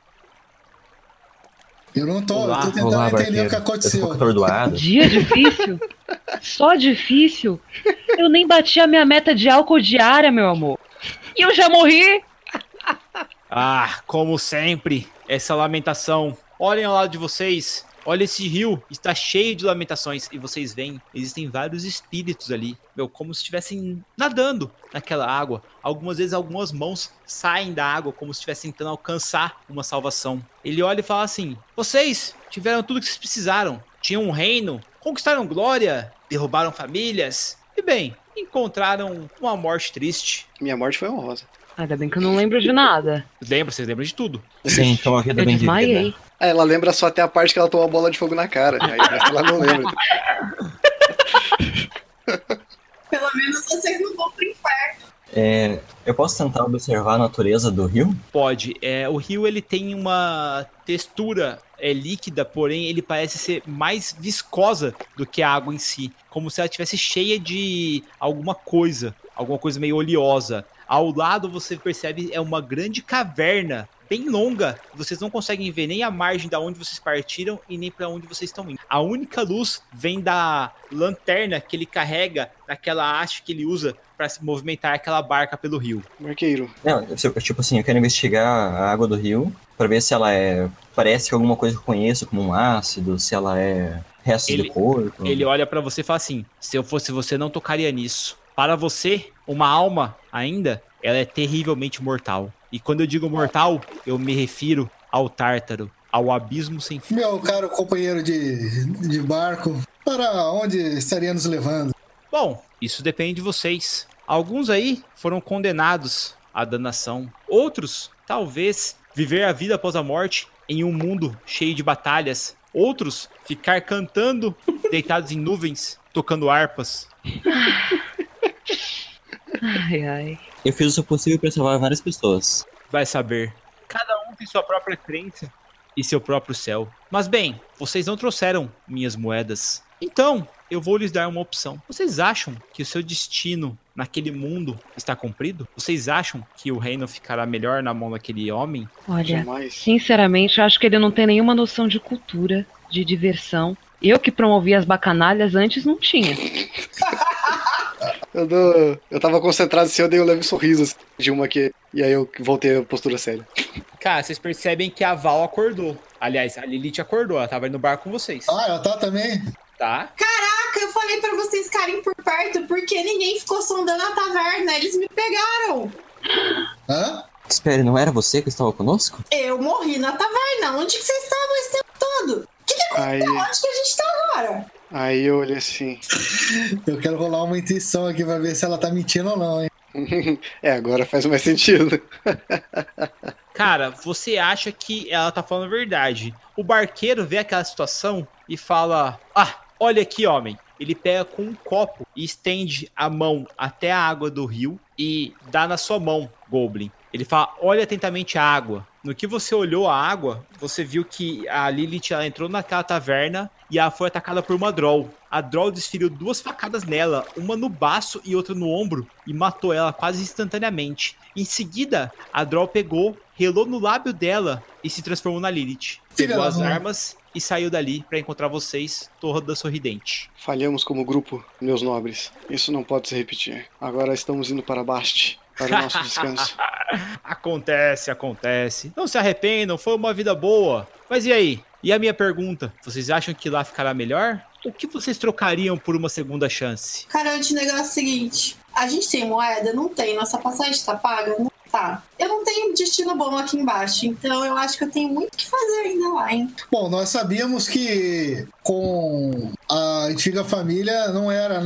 Speaker 4: Eu não tô,
Speaker 3: Olá.
Speaker 4: eu tô tentando
Speaker 6: Olá,
Speaker 4: entender
Speaker 6: barqueiro.
Speaker 4: o que
Speaker 6: Eu fico
Speaker 4: aconteceu.
Speaker 6: atordoado.
Speaker 7: Dia difícil? Só difícil? Eu nem bati a minha meta de álcool diária, meu amor. E eu já morri?
Speaker 3: Ah, como sempre, essa lamentação. Olhem ao lado de vocês. Olha, esse rio está cheio de lamentações. E vocês veem, existem vários espíritos ali. Como se estivessem nadando naquela água. Algumas vezes, algumas mãos saem da água como se estivessem tentando alcançar uma salvação. Ele olha e fala assim: vocês tiveram tudo que vocês precisaram. Tinham um reino, conquistaram glória, derrubaram famílias. E bem, encontraram uma morte triste.
Speaker 8: Minha morte foi honrosa.
Speaker 7: Ainda bem que eu não lembro de nada.
Speaker 3: Vocês lembram de tudo.
Speaker 6: Sim, então a vida
Speaker 7: Eu
Speaker 6: bem
Speaker 7: desmaiei.
Speaker 6: vivida.
Speaker 8: Ela lembra só até a parte que ela tomou a bola de fogo na cara. Aí ela não lembra.
Speaker 5: Pelo menos vocês não vão pro inferno.
Speaker 6: Eu posso tentar observar a natureza do rio?
Speaker 3: Pode. O rio ele tem uma textura líquida, porém ele parece ser mais viscosa do que a água em si. Como se ela estivesse cheia de alguma coisa meio oleosa. Ao lado você percebe uma grande caverna, bem longa. Vocês não conseguem ver nem a margem da onde vocês partiram e nem para onde vocês estão indo. A única luz vem da lanterna que ele carrega, daquela haste que ele usa para se movimentar aquela barca pelo rio.
Speaker 8: Marqueiro.
Speaker 6: Não, tipo assim, eu quero investigar a água do rio pra ver se ela parece que alguma coisa que eu conheço, como um ácido, se ela é restos de corpo.
Speaker 3: Ele olha para você e fala assim: se eu fosse você, não tocaria nisso. Para você, uma alma ainda, ela é terrivelmente mortal. E quando eu digo mortal, eu me refiro ao Tártaro, ao abismo sem fim.
Speaker 4: Meu caro companheiro de barco, para onde estaria nos levando?
Speaker 3: Bom, isso depende de vocês. Alguns aí foram condenados à danação. Outros, talvez, viver a vida após a morte em um mundo cheio de batalhas. Outros, ficar cantando, deitados em nuvens, tocando harpas.
Speaker 7: Ai, ai.
Speaker 6: Eu fiz o possível pra salvar várias pessoas.
Speaker 3: Vai saber. Cada um tem sua própria crença e seu próprio céu. Mas bem, vocês não trouxeram minhas moedas. Então, eu vou lhes dar uma opção. Vocês acham que o seu destino naquele mundo está cumprido? Vocês acham que o reino ficará melhor na mão daquele homem?
Speaker 7: Olha,
Speaker 8: Jamais.
Speaker 7: sinceramente, eu acho que ele não tem nenhuma noção de cultura, de diversão. Eu que promovia as bacanalhas antes não tinha.
Speaker 8: Eu tava concentrado assim, eu dei um leve sorriso assim, de uma aqui. E aí eu voltei a postura séria.
Speaker 3: Cara, vocês percebem que a Val acordou. Aliás, a Lilith acordou, ela tava indo no bar com vocês.
Speaker 4: Ah, ela tá também?
Speaker 3: Tá?
Speaker 5: Caraca, eu falei pra vocês ficarem por perto porque ninguém ficou sondando a taverna. Eles me pegaram.
Speaker 4: Hã?
Speaker 6: Espere, não era você que estava conosco?
Speaker 5: Eu morri na taverna. Onde que vocês estavam esse tempo todo? O que
Speaker 8: Aí,
Speaker 5: aconteceu? Onde que a gente tá agora?
Speaker 8: aí eu olhei assim.
Speaker 4: Eu quero rolar uma intuição aqui pra ver se ela tá mentindo ou não, hein?
Speaker 8: Agora faz mais sentido.
Speaker 3: Cara, você acha que ela tá falando a verdade. O barqueiro vê aquela situação e fala: ah, olha aqui, homem. Ele pega com um copo e estende a mão até a água do rio e dá na sua mão, Goblin. Ele fala: olha atentamente a água. No que você olhou a água, você viu que a Lilith ela entrou naquela taverna e ela foi atacada por uma Droll. A Droll desferiu 2 facadas nela, uma no baço e outra no ombro, e matou ela quase instantaneamente. Em seguida, a Droll pegou, relou no lábio dela e se transformou na Lilith. Pegou as armas e saiu dali para encontrar vocês, toda sorridente.
Speaker 8: Falhamos como grupo, meus nobres. Isso não pode se repetir. Agora estamos indo para Bast, para o nosso descanso.
Speaker 3: Acontece. Não se arrependam, foi uma vida boa. Mas e aí? E a minha pergunta? Vocês acham que lá ficará melhor? O que vocês trocariam por uma segunda chance?
Speaker 5: Cara, eu te negócio é o seguinte. A gente tem moeda? Não tem. Nossa passagem tá paga? Não tá. Eu não tenho destino bom aqui embaixo. Então eu acho que eu tenho muito o que fazer ainda lá, hein?
Speaker 4: Bom, nós sabíamos que com a antiga família não era nada.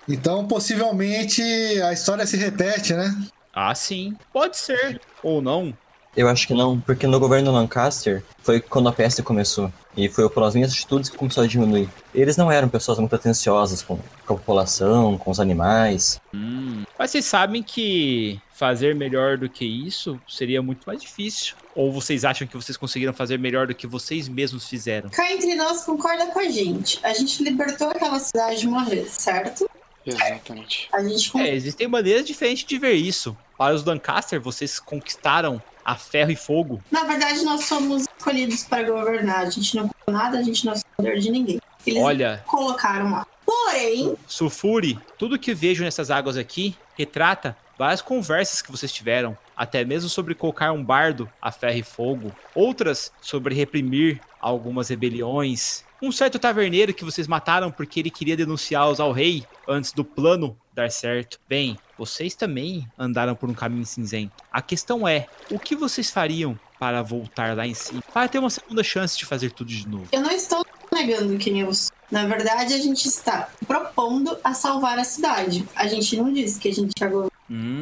Speaker 4: Então, possivelmente, a história se repete, né?
Speaker 3: Ah, sim. Pode ser. Ou não.
Speaker 6: Eu acho que não, porque no governo Lancaster foi quando a peste começou. E foi pelas minhas atitudes que começou a diminuir. Eles não eram pessoas muito atenciosas com a população, com os animais.
Speaker 3: Mas vocês sabem que fazer melhor do que isso seria muito mais difícil. Ou vocês acham que vocês conseguiram fazer melhor do que vocês mesmos fizeram?
Speaker 5: Cá entre nós concorda com a gente. A gente libertou aquela cidade de uma vez, certo?
Speaker 8: Exatamente.
Speaker 5: A gente
Speaker 3: Existem maneiras diferentes de ver isso. Para os Lancaster, vocês conquistaram a ferro e fogo.
Speaker 5: Na verdade, nós somos escolhidos para governar. A gente não comprou nada, a gente não é poder de ninguém. Eles
Speaker 3: Olha,
Speaker 5: colocaram lá. Porém,
Speaker 3: Sulfuri, tudo que vejo nessas águas aqui retrata várias conversas que vocês tiveram, até mesmo sobre colocar um bardo a ferro e fogo, outras sobre reprimir algumas rebeliões. Um certo taverneiro que vocês mataram porque ele queria denunciá-los ao rei antes do plano dar certo. Bem, vocês também andaram por um caminho cinzento. A questão é, o que vocês fariam para voltar lá em cima? Para ter uma segunda chance de fazer tudo de novo.
Speaker 5: eu não estou negando quem eu sou. Na verdade, a gente está propondo a salvar a cidade. A gente não disse que a gente ia governar.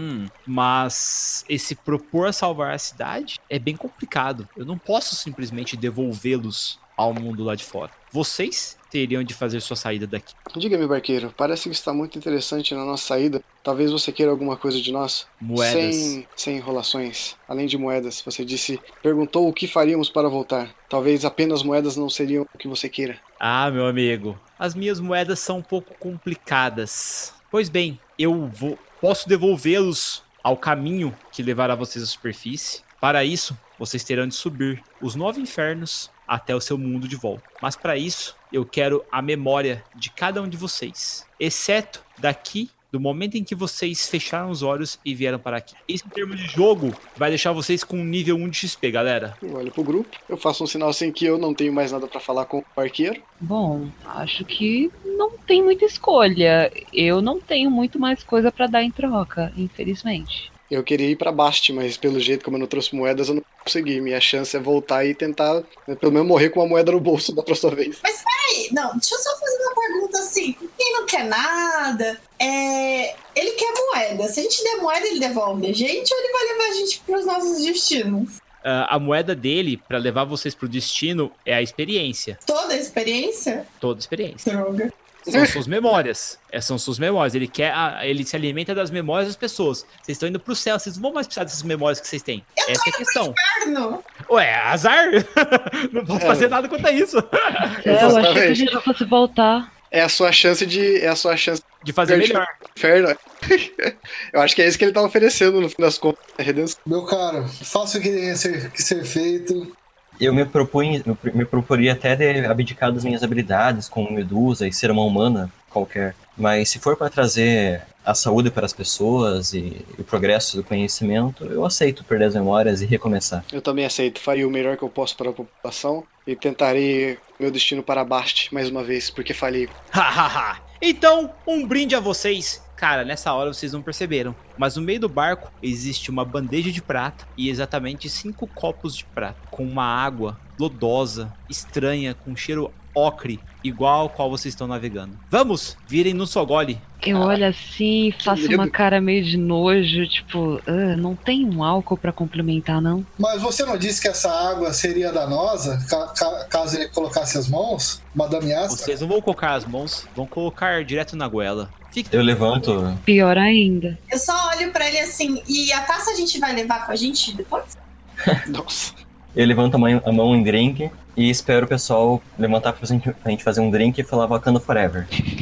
Speaker 3: Mas esse propor a salvar a cidade é bem complicado. Eu não posso simplesmente devolvê-los ao mundo lá de fora. Vocês teriam de fazer sua saída daqui.
Speaker 8: Diga-me, barqueiro, parece que está muito interessante na nossa saída. Talvez você queira alguma coisa de nós?
Speaker 3: Moedas.
Speaker 8: Sem enrolações. Além de moedas, você perguntou o que faríamos para voltar. Talvez apenas moedas não seriam o que você queira.
Speaker 3: Ah, meu amigo, as minhas moedas são um pouco complicadas. Pois bem, posso devolvê-los ao caminho que levará vocês à superfície. Para isso, vocês terão de subir os 9 infernos até o seu mundo de volta. Mas para isso, eu quero a memória de cada um de vocês, exceto daqui, do momento em que vocês fecharam os olhos e vieram para aqui. Isso, em termos de jogo, vai deixar vocês com um nível 1 de XP, galera.
Speaker 8: Eu olho pro grupo, eu faço um sinal assim que eu não tenho mais nada para falar com o barqueiro.
Speaker 7: Bom, acho que não tem muita escolha. Eu não tenho muito mais coisa pra dar em troca, infelizmente.
Speaker 8: Eu queria ir pra Bast, mas pelo jeito, como eu não trouxe moedas, eu não consegui. Minha chance é voltar e tentar, né, pelo menos morrer com uma moeda no bolso da próxima vez.
Speaker 5: Mas peraí, não, deixa eu só fazer uma pergunta assim. Quem não quer nada, ele quer moeda. Se a gente der moeda, ele devolve a gente ou ele vai levar a gente pros nossos destinos?
Speaker 3: A moeda dele, para levar vocês pro destino, é a experiência.
Speaker 5: Toda a experiência?
Speaker 3: Toda a experiência.
Speaker 5: Droga.
Speaker 3: São suas memórias. São suas memórias. Ele se alimenta das memórias das pessoas. Vocês estão indo pro céu. Vocês não vão mais precisar dessas memórias que vocês têm. Essa é a questão.
Speaker 5: Inferno.
Speaker 3: Ué, azar? Não posso fazer nada quanto a isso.
Speaker 7: Eu achei que a gente já fosse voltar.
Speaker 8: É a sua chance de
Speaker 3: De fazer melhor.
Speaker 8: Inferno. Eu acho que é isso que ele tá oferecendo no fim das contas. A redenção.
Speaker 4: Meu caro, faça o que tem que ser feito.
Speaker 6: Eu me proporia até de abdicar das minhas habilidades como Medusa e ser uma humana qualquer. Mas se for para trazer a saúde para as pessoas e o progresso do conhecimento, eu aceito perder as memórias e recomeçar.
Speaker 8: Eu também aceito. Faria o melhor que eu posso para a população e tentarei meu destino para Bast mais uma vez, porque falhei.
Speaker 3: Hahaha. Então, um brinde a vocês. Cara, nessa hora vocês não perceberam, mas no meio do barco existe uma bandeja de prata e exatamente 5 copos de prata com uma água lodosa, estranha, com cheiro ocre, igual ao qual vocês estão navegando. Vamos, virem no Sogole.
Speaker 7: Eu olho assim, faço
Speaker 8: medo.
Speaker 7: uma cara meio de nojo, tipo, não tem um álcool pra complementar, não?
Speaker 4: Mas você não disse que essa água seria danosa caso ele colocasse as mãos? Madame Astra?
Speaker 3: Vocês não vão colocar as mãos, vão colocar direto na goela. Fique
Speaker 6: Eu levanto.
Speaker 7: Pior ainda.
Speaker 5: Eu só olho pra ele assim, e a taça a gente vai levar com a gente depois?
Speaker 8: Nossa.
Speaker 6: Eu levanto a mão em drink e espero o pessoal levantar pra gente fazer um drink e falar Wakanda Forever.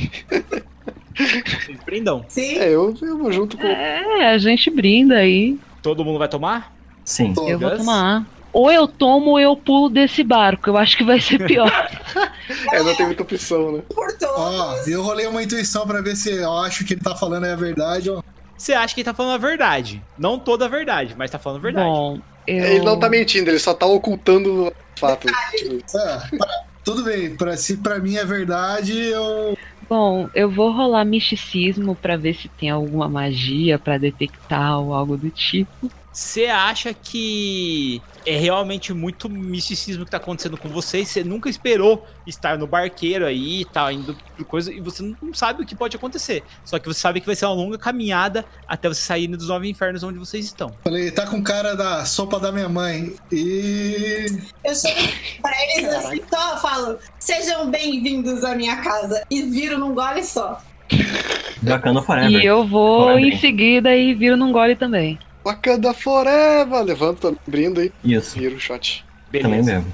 Speaker 3: Vocês brindam?
Speaker 5: Sim.
Speaker 8: Eu vou junto com...
Speaker 7: A gente brinda aí.
Speaker 3: Todo mundo vai tomar?
Speaker 6: Sim.
Speaker 7: Eu vou
Speaker 3: Gus?
Speaker 7: tomar. Ou eu tomo ou eu pulo desse barco. Eu acho que vai ser pior.
Speaker 8: não tem muita opção, né?
Speaker 5: Por todos.
Speaker 4: Eu rolei uma intuição pra ver se eu acho que ele tá falando é a verdade ou...
Speaker 3: Você acha que ele tá falando a verdade. Não toda a verdade, mas tá falando a verdade.
Speaker 7: Bom,
Speaker 8: Ele não tá mentindo, ele só tá ocultando o fato.
Speaker 4: Tudo bem, se pra mim é verdade, eu...
Speaker 7: Bom, eu vou rolar misticismo pra ver se tem alguma magia pra detectar ou algo do tipo.
Speaker 3: Você acha que é realmente muito misticismo que tá acontecendo com vocês. Você nunca esperou estar no barqueiro aí, tá indo por coisa, e você não sabe o que pode acontecer. Só que você sabe que vai ser uma longa caminhada até você sair dos 9 infernos onde vocês estão.
Speaker 4: Falei, tá com cara da sopa da minha mãe. E...
Speaker 5: eu chego pra eles assim, só falo, sejam bem-vindos à minha casa. E viro num gole só.
Speaker 6: Wakanda Forever.
Speaker 7: E eu vou
Speaker 6: Forever.
Speaker 7: em seguida e viro num gole também.
Speaker 8: Wakanda Forever! Levanta, brindo aí.
Speaker 6: Isso,
Speaker 8: Vira o shot.
Speaker 6: também mesmo.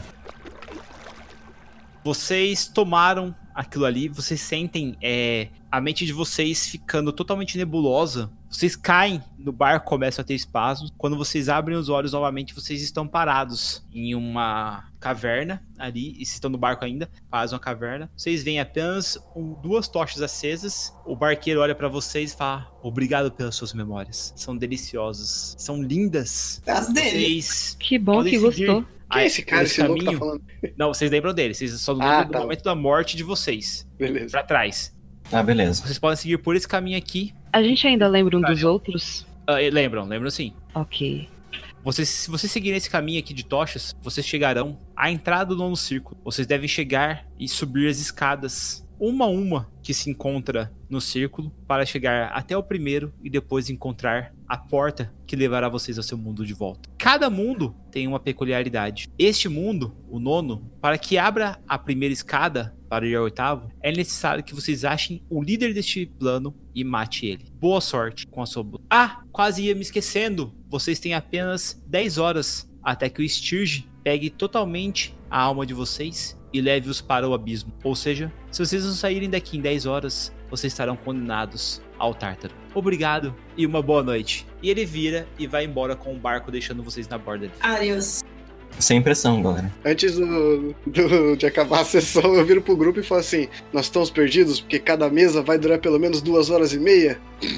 Speaker 3: Vocês tomaram aquilo ali, vocês sentem a mente de vocês ficando totalmente nebulosa. Vocês caem no barco, começam a ter espasmos. Quando vocês abrem os olhos novamente, vocês estão parados em uma caverna ali. E vocês estão no barco ainda, parados em uma caverna. Vocês veem apenas 2 tochas acesas. O barqueiro olha pra vocês e fala: obrigado pelas suas memórias. São deliciosas, são lindas.
Speaker 5: As dele.
Speaker 3: Vocês
Speaker 7: Que bom
Speaker 3: podem
Speaker 7: que
Speaker 3: seguir
Speaker 7: gostou.
Speaker 8: Quem é esse cara,
Speaker 3: esse
Speaker 8: esse louco tá
Speaker 3: caminho.
Speaker 8: falando?
Speaker 3: Não, vocês lembram dele. Vocês só lembram do
Speaker 8: tá.
Speaker 3: momento da morte de vocês.
Speaker 8: Beleza.
Speaker 3: Pra trás.
Speaker 6: Ah, beleza.
Speaker 3: Vocês podem seguir por esse caminho aqui.
Speaker 7: A gente ainda lembra um dos outros?
Speaker 3: Lembram sim.
Speaker 7: Ok.
Speaker 3: Se vocês seguirem esse caminho aqui de tochas, vocês chegarão à entrada do nono círculo. Vocês devem chegar e subir as escadas, uma a uma, que se encontra no círculo, para chegar até o primeiro e depois encontrar a porta que levará vocês ao seu mundo de volta. Cada mundo tem uma peculiaridade. Este mundo, o nono, para que abra a primeira escada para ir ao oitavo, é necessário que vocês achem o líder deste plano e mate ele. Boa sorte com a sua... quase ia me esquecendo. Vocês têm apenas 10 horas até que o Stirge pegue totalmente a alma de vocês e leve-os para o abismo. Ou seja, se vocês não saírem daqui em 10 horas, vocês estarão condenados ao Tártaro. Obrigado e uma boa noite. E ele vira e vai embora com o barco, deixando vocês na borda dele.
Speaker 5: Adeus.
Speaker 6: Sem pressão, galera.
Speaker 8: Antes de acabar a sessão, eu viro pro grupo e falo assim: nós estamos perdidos porque cada mesa vai durar pelo menos 2 horas e meia.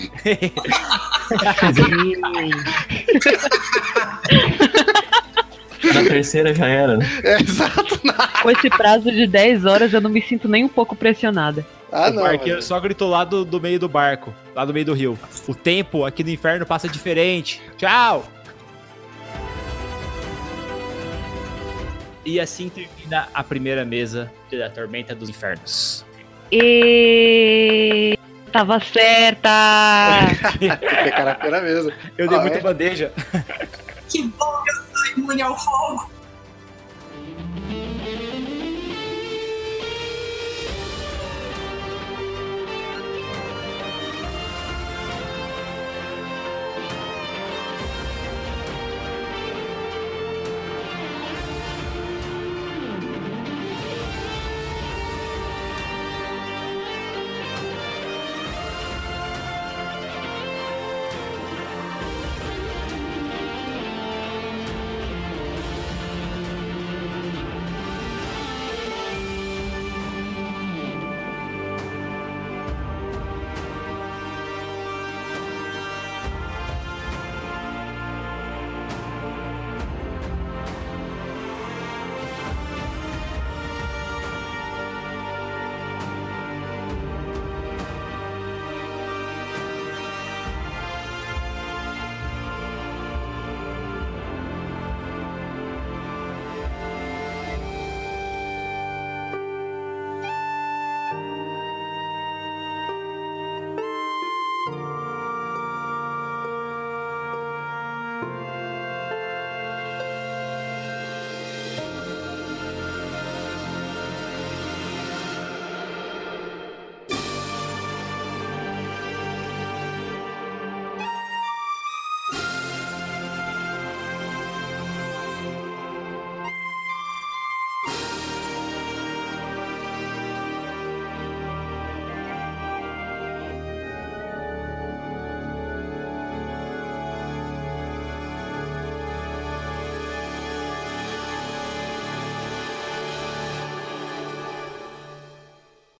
Speaker 6: Na terceira já era, né?
Speaker 8: Exato.
Speaker 7: Com esse prazo de 10 horas, eu não me sinto nem um pouco pressionada.
Speaker 8: Ah,
Speaker 3: O
Speaker 8: não.
Speaker 3: barqueiro
Speaker 8: mas-
Speaker 3: só gritou lá do meio do barco, lá do meio do rio. O tempo aqui no inferno passa diferente. Tchau! E assim termina a primeira mesa da Tormenta dos Infernos.
Speaker 7: E tava certa!
Speaker 8: Porque caraca, era mesmo.
Speaker 3: Eu dei
Speaker 8: Ah,
Speaker 3: muita
Speaker 8: é?
Speaker 3: bandeja.
Speaker 5: Que bom que eu sou imune ao fogo.